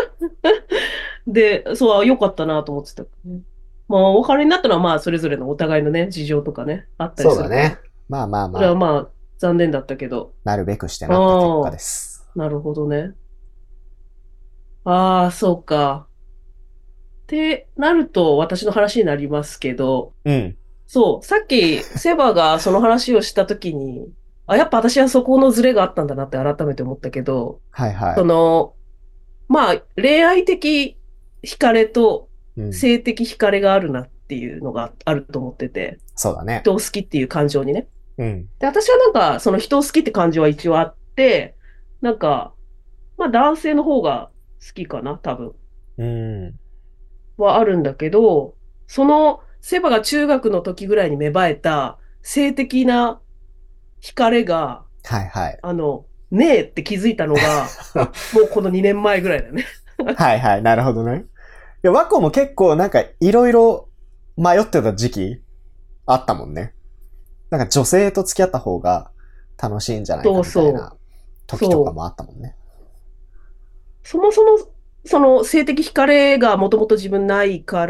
で、そう、良かったなと思ってた。まあ、お別れになったのはまあ、それぞれのお互いのね、事情とかね、あったりするから。そうだね。 まあ。 それはまあ、残念だったけど。 なるべくしてなった結果です。 なるほどね。そうか。ってなると、私の話になりますけど、うん。そう、さっき、セバがその話をしたときに、やっぱ私はそこのズレがあったんだなって改めて思ったけど、 はいはい。 まあ、恋愛的惹かれと性的惹かれがあるなっていうのがあると思ってて。 そうだね。 人を好きっていう感情にね。うん。で、私はなんか、その人を好きって感情は一応あって、なんか、まあ男性の方が好きかな、多分。うん。はあるんだけど、その、セバが中学の時ぐらいに芽生えた性的な惹かれが、はいはい。ねえって気づいたのが、もうこの2年前ぐらいだよね。 はいはい、なるほどね。いや、ワコも結構なんかいろいろ迷ってた時期あったもんね。なんか女性と付き合った方が楽しいんじゃないかみたいな時とかもあったもんね。 そもそも、その性的惹かれがもともと自分ないから、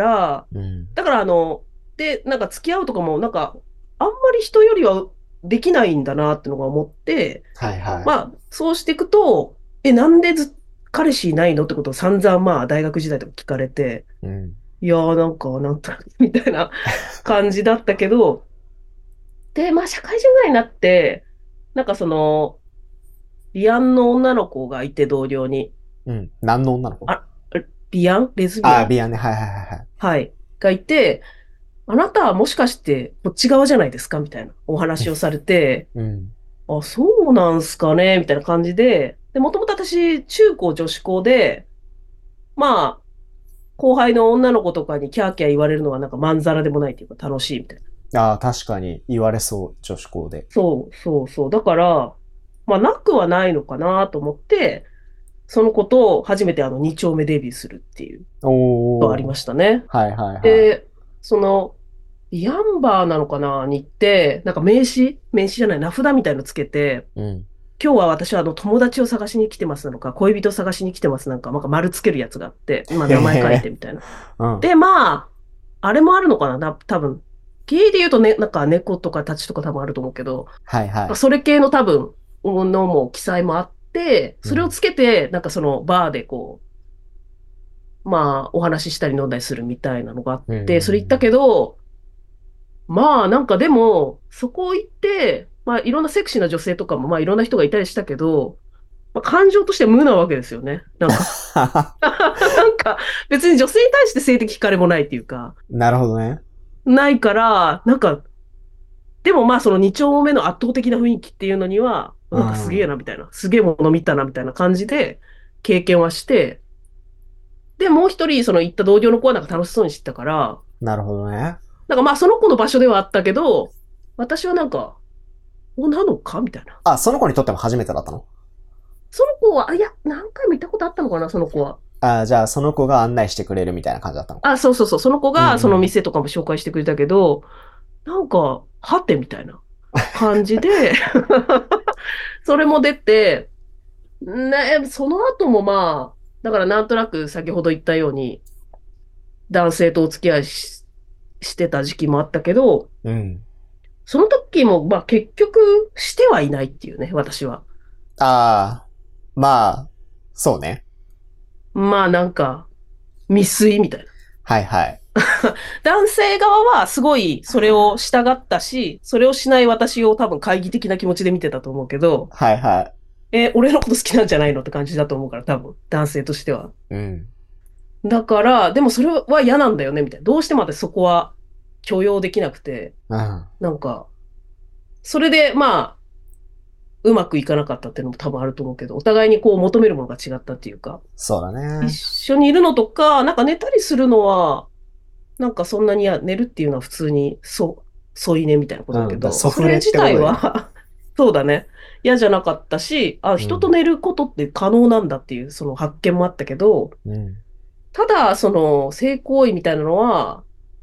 うん、だからで、なんか付き合うとかもなんか、あんまり人よりはできないんだなってのが思って、はいはい。まあ、そうしていくと、なんで彼氏いないのってことを散々まあ大学時代とか聞かれて、うん、いやーなんか、なんとなくみたいな感じだったけど、で、まあ社会人ぐらいになって、なんかビアンの女の子がいて同僚に。 うん。何の女の子？ ビアンレズビアン。 ビアンね。はいはいはいはい。 はい。がいて、あなたはもしかしてこっち側じゃないですかみたいなお話をされて、うん、そうなんすかねみたいな感じで、もともと私、中高女子校で、まあ、後輩の女の子とかにキャーキャー言われるのはなんかまんざらでもないっていうか楽しいみたいな。確かに言われそう、女子校で。 そう。だから、まあ、なくはないのかなと思って、その子と初めて2丁目デビューするっていうのがありましたね。 はいはいはい。 で、ビアンバーなのかなに行って、なんか名刺じゃない、名札みたいのつけて、うん、今日は私は友達を探しに来てますなのか、恋人を探しに来てますなんか、なんか丸つけるやつがあって、まあ名前書いてみたいな。うん、で、まあ、あれもあるのかな多分。ゲイで言うとね、なんか猫とかタチとか多分あると思うけど、はいはい。それ系の多分、のも記載もあって、それをつけて、なんかバーでまあ、お話ししたり飲んだりするみたいなのがあって、それ言ったけど、まあ、なんかでも、そこ行って、まあ、いろんなセクシーな女性とかも、まあ、いろんな人がいたりしたけど、 まあ、感情としては無なわけですよね。なんかなんか別に女性に対して性的惹かれもないっていうか、 なるほどね。 ないから、なんか、でもまあその二丁目の圧倒的な雰囲気っていうのには、 うなんかすげえん。 なみたいな、すげえもの見たなみたいな感じで経験はして、で、もう一人その行った同僚の子はなんか楽しそうにしてたから、 なるほどね。 なんかまあその子の場所ではあったけど、私はなんか、お、なのかみたいな。 あ、その子にとっても初めてだったの？ その子は、いや、何回も行ったことあったのかな、その子は。 あ、じゃあその子が案内してくれるみたいな感じだったのか。 あ、そうそうそう。その子うんがそのうん。 店とかも紹介してくれたけど、なんか、はてみたいな感じでそれも出て、ね、その後もまあ、だからなんとなく先ほど言ったように、男性とお付き合いしてた時期もあったけど、 うん。 その時もまあ結局してはいないっていうね、私は。 ああ、まあ、そうね。 まあなんか、未遂みたいな。 はいはい。 男性側はすごいそれを従ったし、それをしない私を多分懐疑的な気持ちで見てたと思うけど、 はいはい。 俺のこと好きなんじゃないのって感じだと思うから、多分、男性としては。 うん。 だから、でもそれは嫌なんだよね、みたいな。どうしてまでそこは許容できなくて、 うん。 なんか、それで、まあ、うまくいかなかったっていうのも多分あると思うけど、お互いにこう求めるものが違ったっていうか、 そうだ一ね。 緒にいるのとか、なんか寝たりするのは、なんかそんなに寝るっていうのは普通に、添い寝みたいなことだうん。だ、 けど、そソフレってこれ自体とだよね。 はそうだね。嫌じゃなかったし、あ、 うん。 人と寝ることって可能なんだっていう、その発見もあったけど、 うん。 ただ、その、性行為みたいなのは、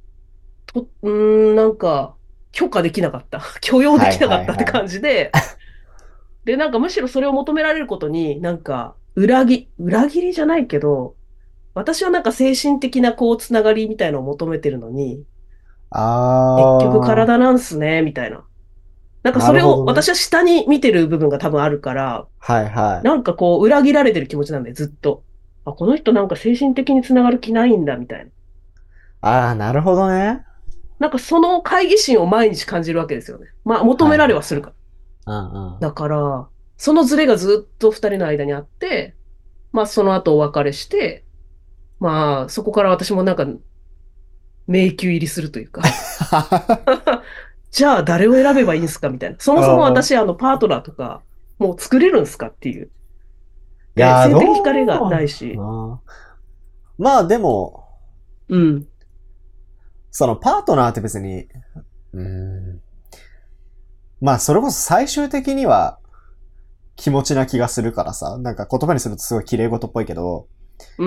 なんか、許可できなかった。許容ではいきなかったってはいはい。 感じで、で、なんかむしろそれを求められることに、なんか、裏切りじゃないけど、私はなんか精神的なこう、つながりみたいなのを求めてるのに、結局あ体なんすね、みたいな。なんー、なかそれるほどね。 を私は下に見てる部分が多分あるから、 はいはい。 なんかこう、裏切られてる気持ちなんで、ずっと。あ、この人なんか精神的につながる気ないんだ、みたいな。 あー、なるほどね。 なんかその懐疑心を毎日感じるわけですよね。まあ、求めはいはいはい。 られはするから。 うんうん。 だから、そのズレがずっと二人の間にあって、まあ、その後お別れして、まあ、そこから私もなんか迷宮入りするというかじゃあ誰を選べばいいんすかみたいな。そもそもうん。 私、パートナーとか、もう作れるんすかっていう。 いやー、 性的惹かれがどう、 ないし。 まあでも、 うん。 そのパートナーって別に、うーん。まあそれこそ最終的には気持ちな気がするからさ、なんか言葉にするとすごい綺麗事っぽいけど、 うん。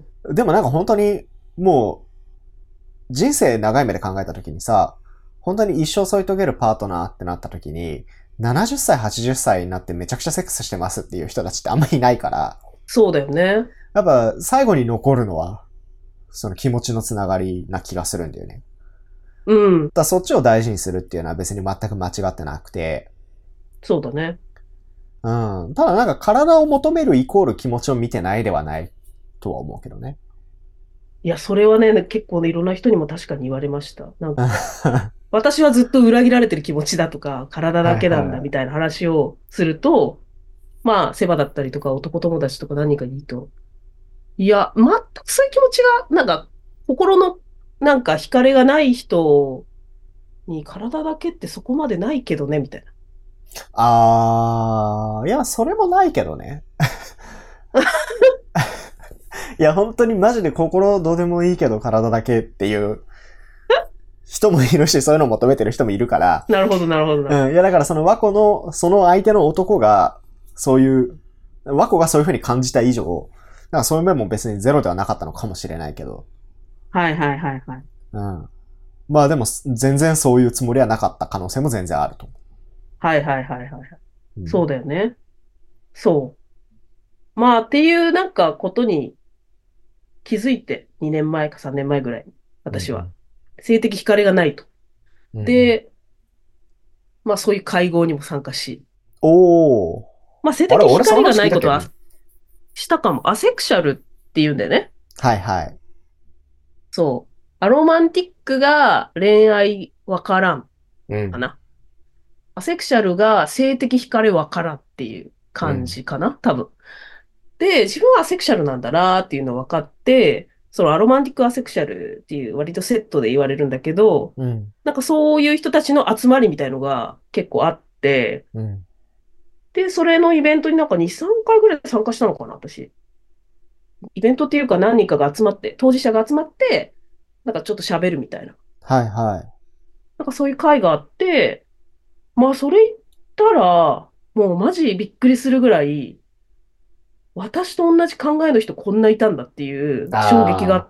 でもなんか本当にもう人生長い目で考えた時にさ、本当に一生添い遂げるパートナーってなった時に、70歳、80歳になってめちゃくちゃセックスしてますっていう人たちってあんまりいないから、 そうだよね。 やっぱ最後に残るのは、その気持ちのつながりな気がするんだよね。 うん。 だそっちを大事にするっていうのは別に全く間違ってなくて、 そうだね。 うん。ただなんか体を求めるイコール気持ちを見てないではないとは思うけどね。 いや、それはね、結構ね、いろんな人にも確かに言われました。なんか、私はずっと裏切られてる気持ちだとか、体だはいけなんだはい。 みたいな話をすると、まあ、セバだったりとか、男友達とか何人かに言うと、いや、全くそういう気持ちが、なんか、心の、なんか、惹かれがない人に体だけってそこまでないけどね、みたいな。 いや、それもないけどね。いや、本当にマジで心どうでもいいけど体だけっていう人もいるし、そういうのを求めてる人もいるから、 なるほど、なるほど、なるほうん。いや、だからその和子の、その相手の男が、そういう、和子がそういう風に感じた以上、なんかそういう面も別にゼロではなかったのかもしれないけど、 ど。はいはいはいはい。 うん。まあでも、全然そういうつもりはなかった可能性も全然あると思はいはいはいはい。 う。うん。 そうだよね。そう。まあ、っていうなんかことに気づいて、2年前か3年前ぐらいに、私は。 うん性的惹かれがないと。 うん。うんうん、 で、まあそういう会合にも参加し、 おー。 まあ性あれ、 的惹俺そのかれがな話聞いたっけ？ いことはしたかも。アセクシャルっていうんだよね。 はいはい。 そう。アロマンティックが恋愛わからんうん。 かな。アセクシャルが性的惹かれわからんっていう。 感じかな、多分。で、自分はアセクシャルなんだなっていうの分かって、そのアロマンティックアセクシャルっていう割とセットで言われるんだけど、なんかそういう人たちの集まりみたいのが結構あって、で、それのイベントになんか2、3回ぐらい参加したのかな、私。イベントっていうか何人かが集まって、当事者が集まって、なんかちょっと喋るみたいな。 はいはい。 なんかそういう会があって、まあそれ言ったら、もうマジびっくりするぐらい、私と同じ考えの人こんないたんだっていう衝撃があって、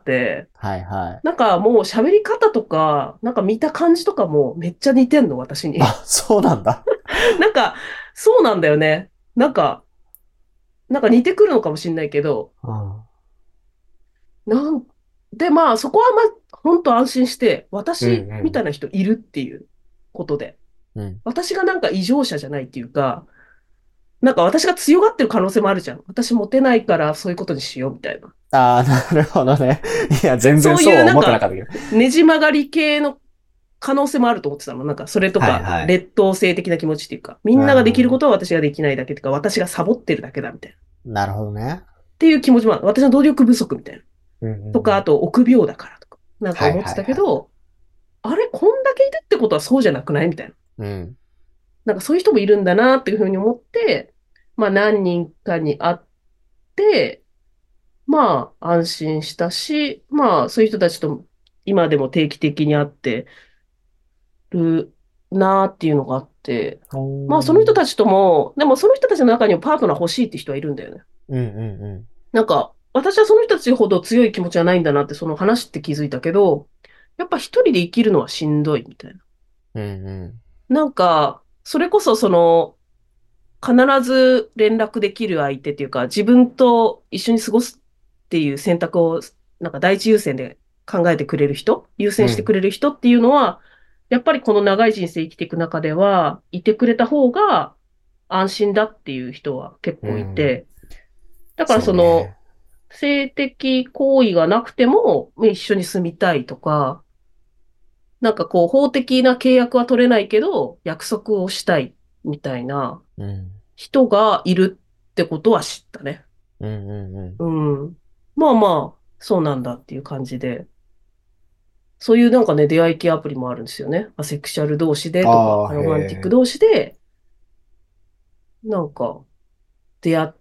はいはい。 なんかもう喋り方とか、なんか見た感じとかもめっちゃ似てんの、私に。 あ、そうなんだ。 なんか、そうなんだよね。なんか似てくるのかもしれないけど、で、まあそこは本当安心して、私みたいな人いるっていうことで。私がなんか異常者じゃないっていうか、なんか私が強がってる可能性もあるじゃん。私モテないからそういうことにしようみたいな。 ああ、なるほどね。いや、全然そうそういうなんか、 思ってなかったけど。 ねじ曲がり系の可能性もあると思ってたの。なんか、それとか、 はいはい。 劣等生的な気持ちっていうか、みんなができることは私ができないだけとか、私がサボってるだけだみたいな。 なるほどね。 っていう気持ちもある。私の努力不足みたいな。とか、あと、臆病だからとか、なんか思ってたけど、あれ、こんだけいるってことはそうじゃなくないみたいな。なんかそういう人もいるんだなっていうふうに思って、まあ何人かに会って、まあ安心したし、まあそういう人たちと今でも定期的に会ってるなっていうのがあって、まあその人たちとも、でもその人たちの中にもパートナー欲しいって人はいるんだよね。なんか、私はその人たちほど強い気持ちはないんだなってその話って気づいたけど、やっぱ一人で生きるのはしんどいみたいな。なんか、それこそ必ず連絡できる相手っていうか、自分と一緒に過ごすっていう選択を、なんか第一優先で考えてくれる人、優先してくれる人っていうのは、やっぱりこの長い人生生きていく中では、いてくれた方が安心だっていう人は結構いて、だから性的行為がなくても一緒に住みたいとか、なんかこう法的な契約は取れないけど、約束をしたいみたいな人がいるってことは知ったね。まあまあ、そうなんだっていう感じで。そういうなんかね、出会い系アプリもあるんですよね。アセクシャル同士でとか、ロマンティック同士で、なんか、出会って、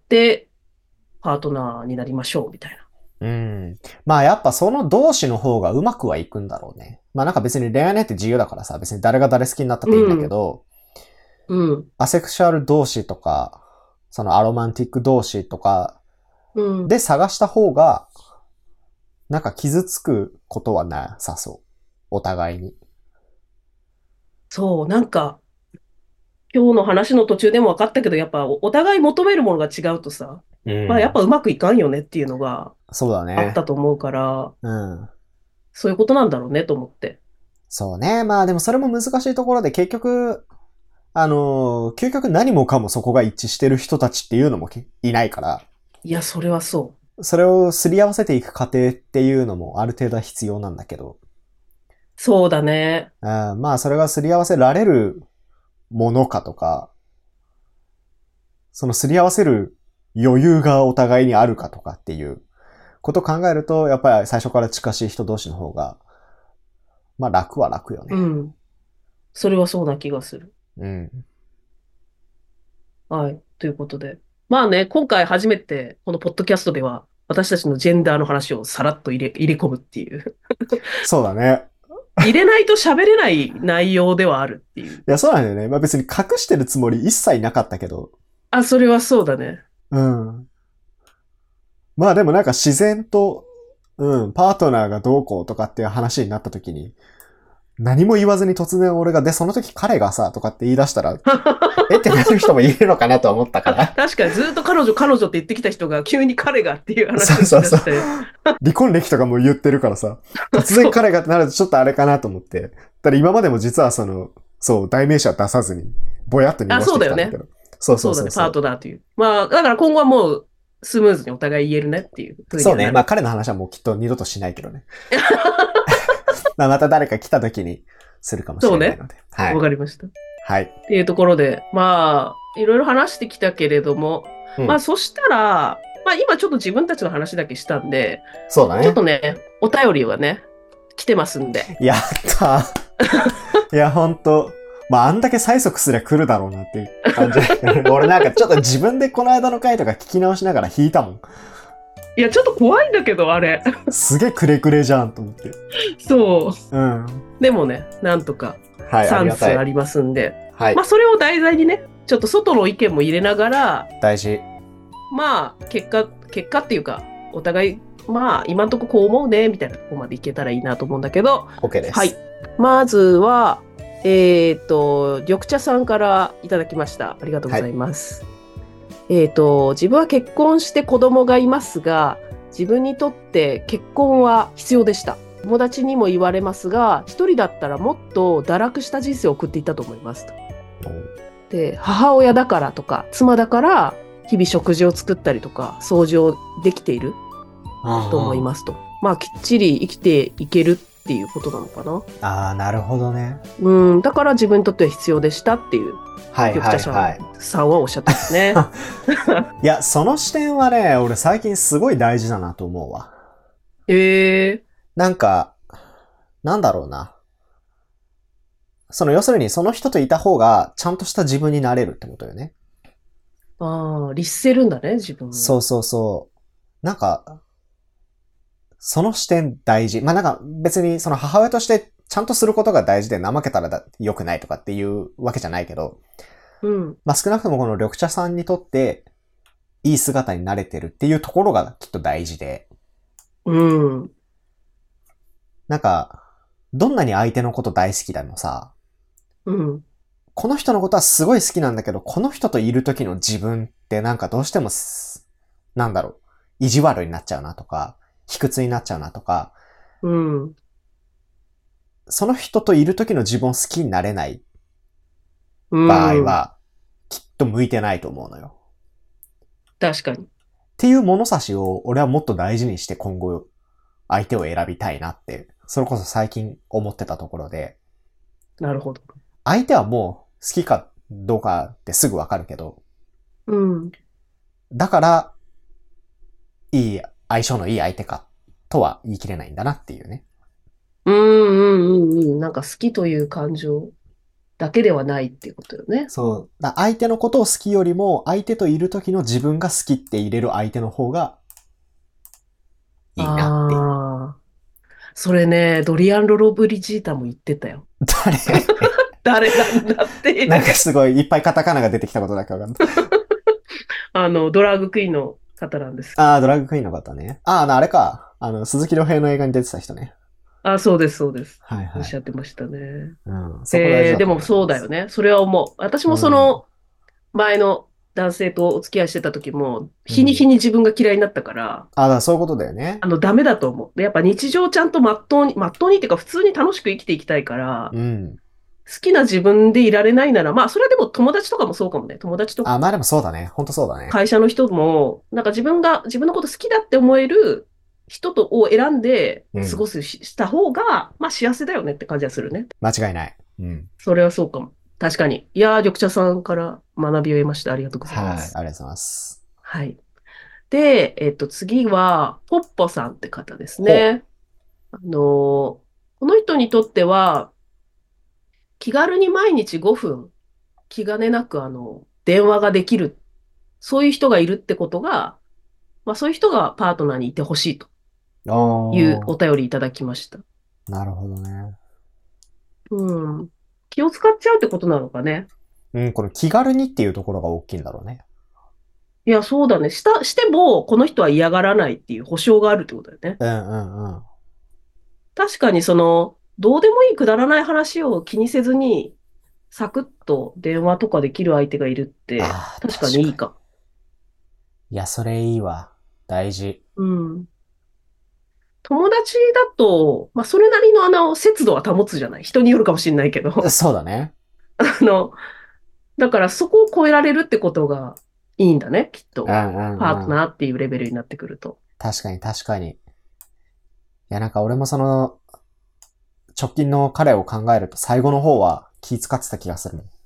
パートナーになりましょうみたいな。 まあやっぱその同士の方がうまくはいくんだろうね。まあなんか別に恋愛って自由だからさ、別に誰が誰好きになったっていいんだけど、アセクシャル同士とか、そのアロマンティック同士とか、で探した方が、なんか傷つくことはなさそう。お互いに。 そう、なんか、今日の話の途中でも分かったけど、やっぱお互い求めるものが違うとさ、まあやっぱうまくいかんよねっていうのがあったと思うから、そういうことなんだろうねと思って。 そうね。まあでもそれも難しいところで結局、究極何もかもそこが一致してる人たちっていうのもいないから。 いや、それはそう。 それをすり合わせていく過程っていうのもある程度は必要なんだけど。 そうだね。 まあそれがすり合わせられるものかとか、そのすり合わせる余裕がお互いにあるかとかっていうことを考えると、やっぱり最初から近しい人同士の方が、まあ楽は楽よね。 それはそうな気がする。はい。ということで。まあね、今回初めてこのポッドキャストでは私たちのジェンダーの話をさらっと入れ込むっていう。 そうだね。 入れないと喋れない内容ではあるっていう。 いや、そうなんだよね。まあ別に隠してるつもり一切なかったけど。 それはそうだね。 まあでもなんか自然と、パートナーがどうこうとかっていう話になった時に、何も言わずに突然俺が、で、その時彼がさ、とかって言い出したら、ってなる人もいるのかなと思ったから。 確かにずっと彼女って言ってきた人が急に彼がっていう話をしだして。 離婚歴とかも言ってるからさ、突然彼がってなるとちょっとあれかなと思って。だから今までも実は代名詞は出さずに、ぼやっと濁してきたんだけど。 そうだね、パートナーという。まあ、だから今後はもう、スムーズにお互い言えるねっていう。 そうね。まあ彼の話はもうきっと二度としないけどね。まあまた誰か来た時にするかもしれないので。 そうね。はい。わかりました。 はい。 っていうところで、まあ、いろいろ話してきたけれども、まあ、そしたら、まあ、今ちょっと自分たちの話だけしたんで、 そうだね。 ちょっとね、お便りはね、来てますんで。 やったいや、ほんと。まあ、あんだけ催促すりゃ来るだろうなっていう感じ。俺なんかちょっと自分でこの間の回とか聞き直しながら弾いたもん。 いや、ちょっと怖いんだけど、あれ。 すげえくれくれじゃんと思って。 そう。 うん。 でもね、なんとか、3通ありますんで。 はい。 まあ、それを題材にね、ちょっと外の意見も入れながら、 大事。 まあ、結果っていうか、お互い、まあ、今んとここう思うね、みたいなとこまでいけたらいいなと思うんだけど。 OK です。 はい。まずは、緑茶さんからいただきました。ありがとうございます。はい、自分は結婚して子供がいますが、自分にとって結婚は必要でした。友達にも言われますが、一人だったらもっと堕落した人生を送っていたと思いますと。で、母親だからとか、妻だから日々食事を作ったりとか、掃除をできていると思いますと。まあ、きっちり生きていけるっていうことなのかな。 ああ、なるほどね。 だから自分にとっては必要でしたっていう、 はいはいはい。 さんはおっしゃってますね。 いや、その視点はね、俺最近すごい大事だなと思うわ。なんか、なんだろうな。要するにその人といた方がちゃんとした自分になれるってことよね。 ああ、律せるんだね、自分を。 そうそうそう。なんか、その視点大事。まあなんか別にその母親としてちゃんとすることが大事で怠けたら良くないとかっていうわけじゃないけど、まあ少なくともこの緑茶さんにとっていい姿になれてるっていうところがきっと大事で。なんか、どんなに相手のこと大好きだのさ、この人のことはすごい好きなんだけど、この人といる時の自分ってなんかどうしても、なんだろう、意地悪になっちゃうなとか、卑屈になっちゃうなとか、その人といる時の自分を好きになれない場合は、きっと向いてないと思うのよ。 確かに。 っていう物差しを俺はもっと大事にして今後相手を選びたいなって、それこそ最近思ってたところで。 なるほど。 相手はもう好きかどうかってすぐわかるけど、だから、相性のいい相手かとは言い切れないんだなっていうね。 なんか好きという感情だけではないっていうことよね。 そう。相手のことを好きよりも、相手といる時の自分が好きって入れる相手の方がいいなっていう。 それね、ドリアン・ロロブリジータも言ってたよ。誰なんだっていう。 なんかすごいいっぱいカタカナが出てきたことだけわかんない。 ドラッグクイーンの方なんです。 ああ、ドラッグクイーンの方ね。あれか。鈴木亮平の映画に出てた人ね。 そうです、そうです。 はいはい。 おっしゃってましたね。 そこ大事だと思います。 でもそうだよね。それは思う。私もその前の男性とお付き合いしてた時も、日に日に自分が嫌いになったから。 だからそういうことだよね。 ダメだと思う。で、やっぱ日常ちゃんとまっとうにっていうか普通に楽しく生きていきたいから、好きな自分でいられないなら、まあ、それはでも友達とかもそうかもね。友達とか。 まあでもそうだね。本当そうだね。 会社の人も、なんか自分のこと好きだって思える人を選んで過ごした方が、まあ幸せだよねって感じはするね。 間違いない。 それはそうかも。確かに。いやー、緑茶さんから学びを得ました。ありがとうございます。 はい、ありがとうございます。 はい。で、次は、ポッポさんって方ですね。この人にとっては、気軽に毎日5分、気兼ねなく電話ができる。そういう人がいるってことが、まあそういう人がパートナーにいてほしいというお便りいただきました。 なるほどね。 気を使っちゃうってことなのかね。 これ気軽にっていうところが大きいんだろうね。 いや、そうだね。しても、この人は嫌がらないっていう保証があるってことだよね。確かにどうでもいいくだらない話を気にせずに、サクッと電話とかできる相手がいるって、確かにいいか。 いや、それいいわ。大事。 友達だと、まあ、それなりの節度は保つじゃない。人によるかもしれないけど。 そうだね。 だからそこを超えられるってことがいいんだね、きっと。パートナーっていうレベルになってくると。 確かに確かに。いや、なんか俺も直近の彼を考えると最後の方は気使ってた気がするもん。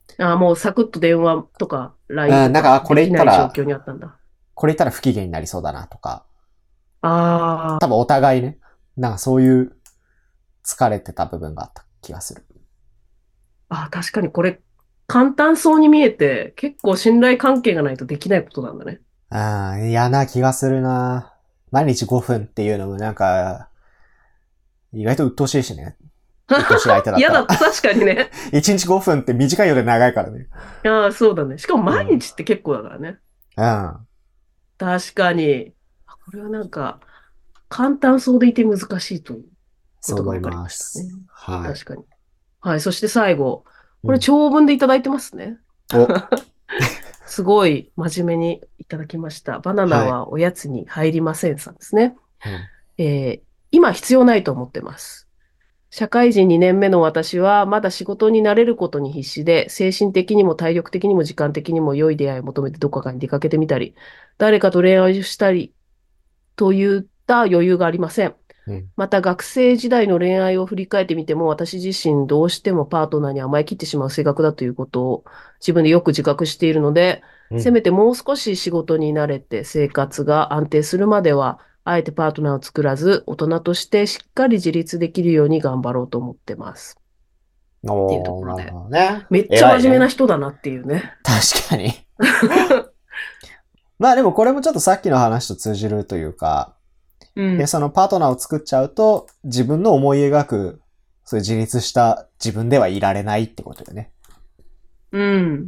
ああ、もうサクッと電話とかう LINE とん、なんか、 かこれできない状言ったら、 況にあったんだ。 これ言ったら不機嫌になりそうだなとか、 ああ、 多分お互いね、なんかそういう疲れてた部分があった気がする。 ああ、確かにこれ簡単そうに見えて結構信頼関係がないとできないことなんだね。 ああ、嫌な気がするな。毎日5分っていうのもなんか、意外と鬱陶しいしね。鬱陶しい相手だったら。 嫌だ、確かにね。 1日5分って短いようで長いからね。 ああ、そうだね。しかも毎うん。 日って結構だからね。 うん。 確かに。これはなんか簡単そうでいて難しいということがそう思い分かりましたます。 ね。 はい。 確かに。はい。そして最後。これうん。 長文でいただいてますね。 お、 すごい真面目にいただきました。バナナはい。 はおやつに入りませんさんですね。 うん。 今必要ないと思ってます。社会人2年目の私はまだ仕事に慣れることに必死で、精神的にも体力的にも時間的にも良い出会いを求めてどこかに出かけてみたり、誰かと恋愛をしたりといった余裕がありません。 うん。 また学生時代の恋愛を振り返ってみても、私自身どうしてもパートナーに甘えきってしまう性格だということを自分でよく自覚しているので、 うん。 せめてもう少し仕事に慣れて生活が安定するまでは、あえてパートナーを作らず、大人としてしっかり自立できるように頑張ろうと思ってます。っていうとおー、なるころで、 ほどね。 めっちゃ真面目な偉いね。 人だなっていうね。 確かに。まあでもこれもちょっとさっきの話と通じるというか、で、 うん。 そのパートナーを作っちゃうと、自分の思い描く、そういう自立した自分ではいられないってことよね。 うん。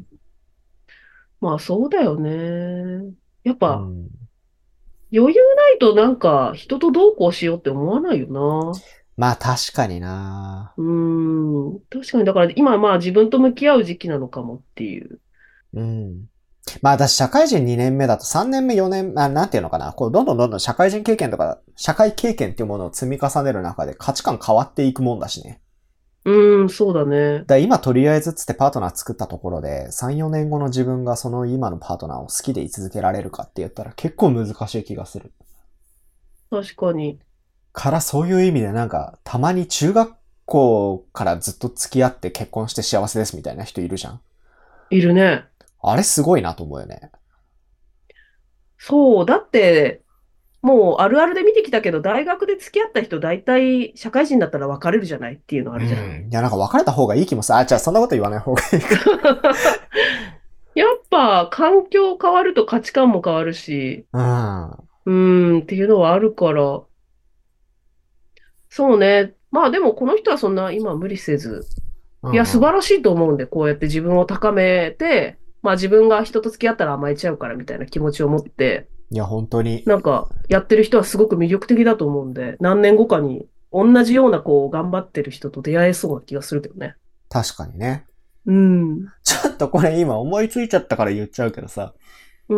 まあそうだよね。やっぱ、 うん。 余裕ないとなんか人とどうこうしようって思わないよな。 まあ確かにな。 確かに、だから今まあ自分と向き合う時期なのかもっていう。 うん。まあ私社会人2年目だと3年目4年、なんていうのかな。こうどんどんどんどん社会人経験とか、社会経験っていうものを積み重ねる中で価値観変わっていくもんだしね。 そうだね。 今とりあえずつってパートナー作ったところで、3、4年後の自分がその今のパートナーを好きでい続けられるかって言ったら結構難しい気がする。 確かに。 からそういう意味でなんか、たまに中学校からずっと付き合って結婚して幸せですみたいな人いるじゃん。 いるね。 あれすごいなと思うよね。 そう。だって、もうあるあるで見てきたけど、大学で付き合った人、大体社会人だったら別れるじゃないっていうのあるじゃん。 うん。いやなんか別れた方がいい気もする。あ、じゃあそんなこと言わない方がいいか。 やっぱ環境変わると価値観も変わるし、 うん。 っていうのはあるから、そうね。まあでもこの人はそんな今無理せず、いや、 うんうん。 素晴らしいと思うんで、こうやって自分を高めて、まあ自分が人と付き合ったら甘えちゃうからみたいな気持ちを持って、 いや本当に。 なんかやってる人はすごく魅力的だと思うんで、何年後かに同じようなこう頑張ってる人と出会えそうな気がするけどね。 確かにね。 うん。 ちょっとこれ今思いついちゃったから言っちゃうけどさ。 うん。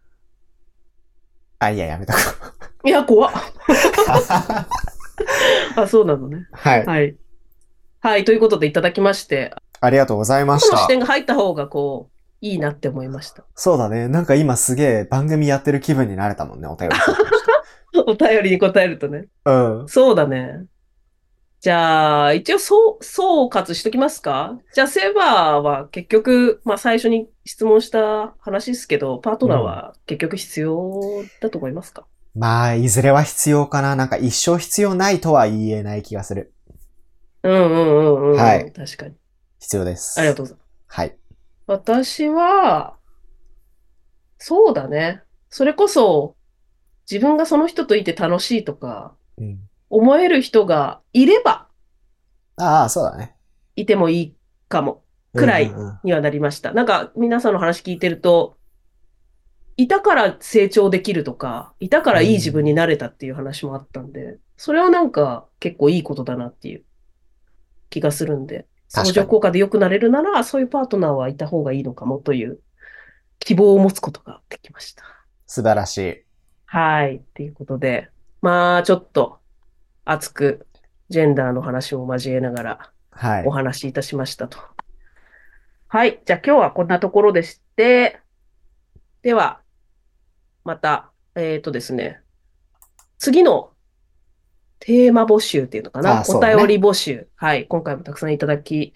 あ、いや、やめとこいや、怖っ。 う。 あ、そうなのね。 はい。 はい。はい。ということでいただきまして、 ありがとうございまこの視した。 点が入った方がこう、いいなって思いました。 そうだね。なんか今すげえ番組やってる気分になれたもんね。お便り紹介して。 お便りに答えるとね。 うん。 そうだね。じゃあ、一応総括しときますか？じゃあ、セーバーは結局、まあ最初に質問した話ですけど、パートナーうん。 は結局必要だと思いますか？ まあ、いずれは必要かな。なんか一生必要ないとは言えない気がする。 うんうんうんうんうん。 はい。 確かに。 必要です。 ありがとうございます。 はい。 私は、そうだね。それこそ、自分がその人といて楽しいとか、 うん。 思える人がいれば、 ああ、そうだね。 いてもいいかも、 うんくらいうんうん。 にはなりました。なんか、皆さんの話聞いてると、いたから成長できるとか、いたかうらいい自分にん。 なれたっていう話もあったんで、それはなんか結構いいことだなっていう気がするんで、相確かに。 乗効果で良くなれるなら、そういうパートナーはいた方がいいのかもという希望を持つことができました。 素晴らしい。 はい。っていうことで、まあ、ちょっと熱くジェンダーの話も交えながらおはい。 話しいたしましたと。はい。じゃあ今日はこんなところでして、では、また、ですね、次のテーマ募集っていうのかああ、 な。お便りそうだね。 募集。はい。今回もたくさんいただき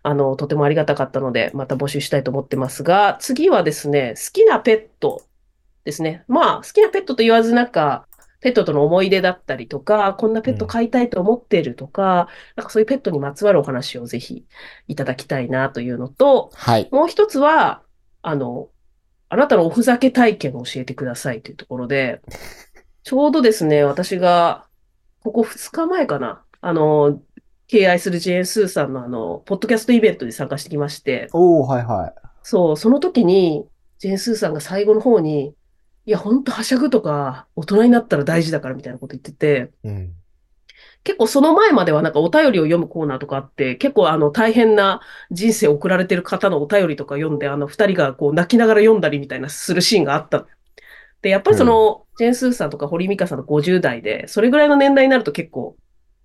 とてもありがたかったので、また募集したいと思ってますが、次はですね、好きなペットですね。まあ、好きなペットと言わず、なんか、ペットとの思い出だったりとか、こんなペット飼いたいと思っているとか、なんかそういうペットにまつわるお話をぜひいただきたいなというのと、 はい。 もう一つは、あなたのおふざけ体験を教えてくださいというところで、ちょうどですね、私が、ここ2日前かな、敬愛するジェーン・スーさんのポッドキャストイベントに参加してきまして、 はいはい。 そう、その時に、ジェーン・スーさんが最後の方に、いや、ほんとはしゃぐとか、大人になったら大事だからみたいなこと言ってて、結構その前まではなんかお便りを読むコーナーとかあって、結構大変な人生を送られてる方のお便りとか読んで、二人がこう泣きながら読んだりみたいなするシーンがあった。で、やっぱりジェーン・スーさんとか堀井美香さんの50代で、それぐらいの年代になると結構、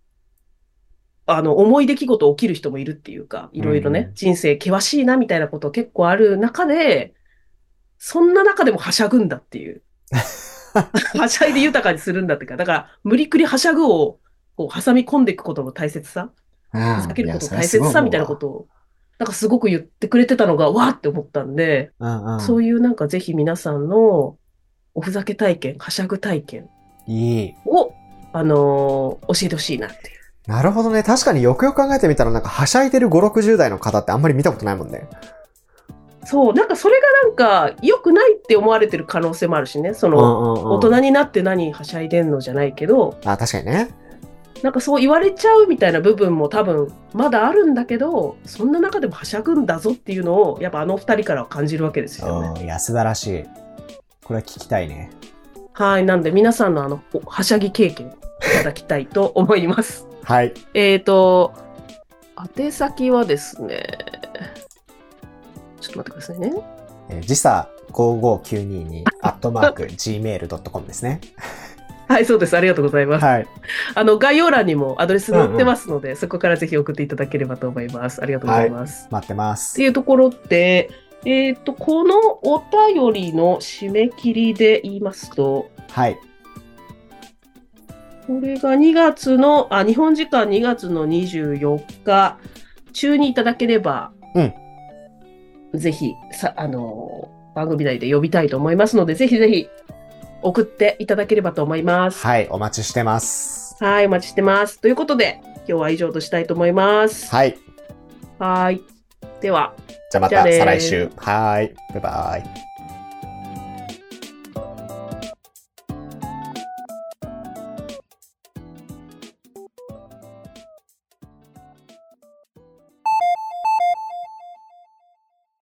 重い出来事起きる人もいるっていうか、いろいろね、人生険しいなみたいなこと結構ある中で、そんな中でもはしゃぐんだっていう。はしゃいで豊かにするんだっていうか、だから、無理くりはしゃぐを、こう、挟み込んでいくことの大切さ、ふざけることの大切さみたいなことを、なんかすごく言ってくれてたのが、わーって思ったんで、そういうなんかぜひ皆さんのおふざけ体験、はしゃぐ体験を、教えてほしいなっていう。 なるほどね。確かによくよく考えてみたら、なんかはしゃいでる5、60代の方ってあんまり見たことないもんね。 そう、なんかそれがなんか良くないって思われてる可能性もあるしね。大人になって何はしゃいでんのじゃないけど。 確かにね。 なんかそう言われちゃうみたいな部分も多分まだあるんだけど、そんな中でもはしゃぐんだぞっていうのを、やっぱ二人からは感じるわけですよね。 いや、素晴らしい。これは聞きたいね。 はい。なんで皆さんのはしゃぎ経験いただきたいと思います。 はい。 宛先はですね、ちょっと待ってくださいね。 時差55922 @gmail.com ですね。 はい、そうです。ありがとうございます。 はい。 概要欄にもアドレス載ってますので、そこからぜひ送っていただければと思います。ありがとうございます。 待ってます。 っていうところで、このお便りの締め切りで言いますと、 はい。 これが日本時間2月の24日中にいただければ、ぜひ番組内で呼びたいと思いますので、ぜひぜひ送っていただければと思います。 はい、お待ちしてます。 はい、お待ちしてます。ということで、今日は以上としたいと思います。 はい。 はい。では。 じゃあまた再来週。はい。バイバイ。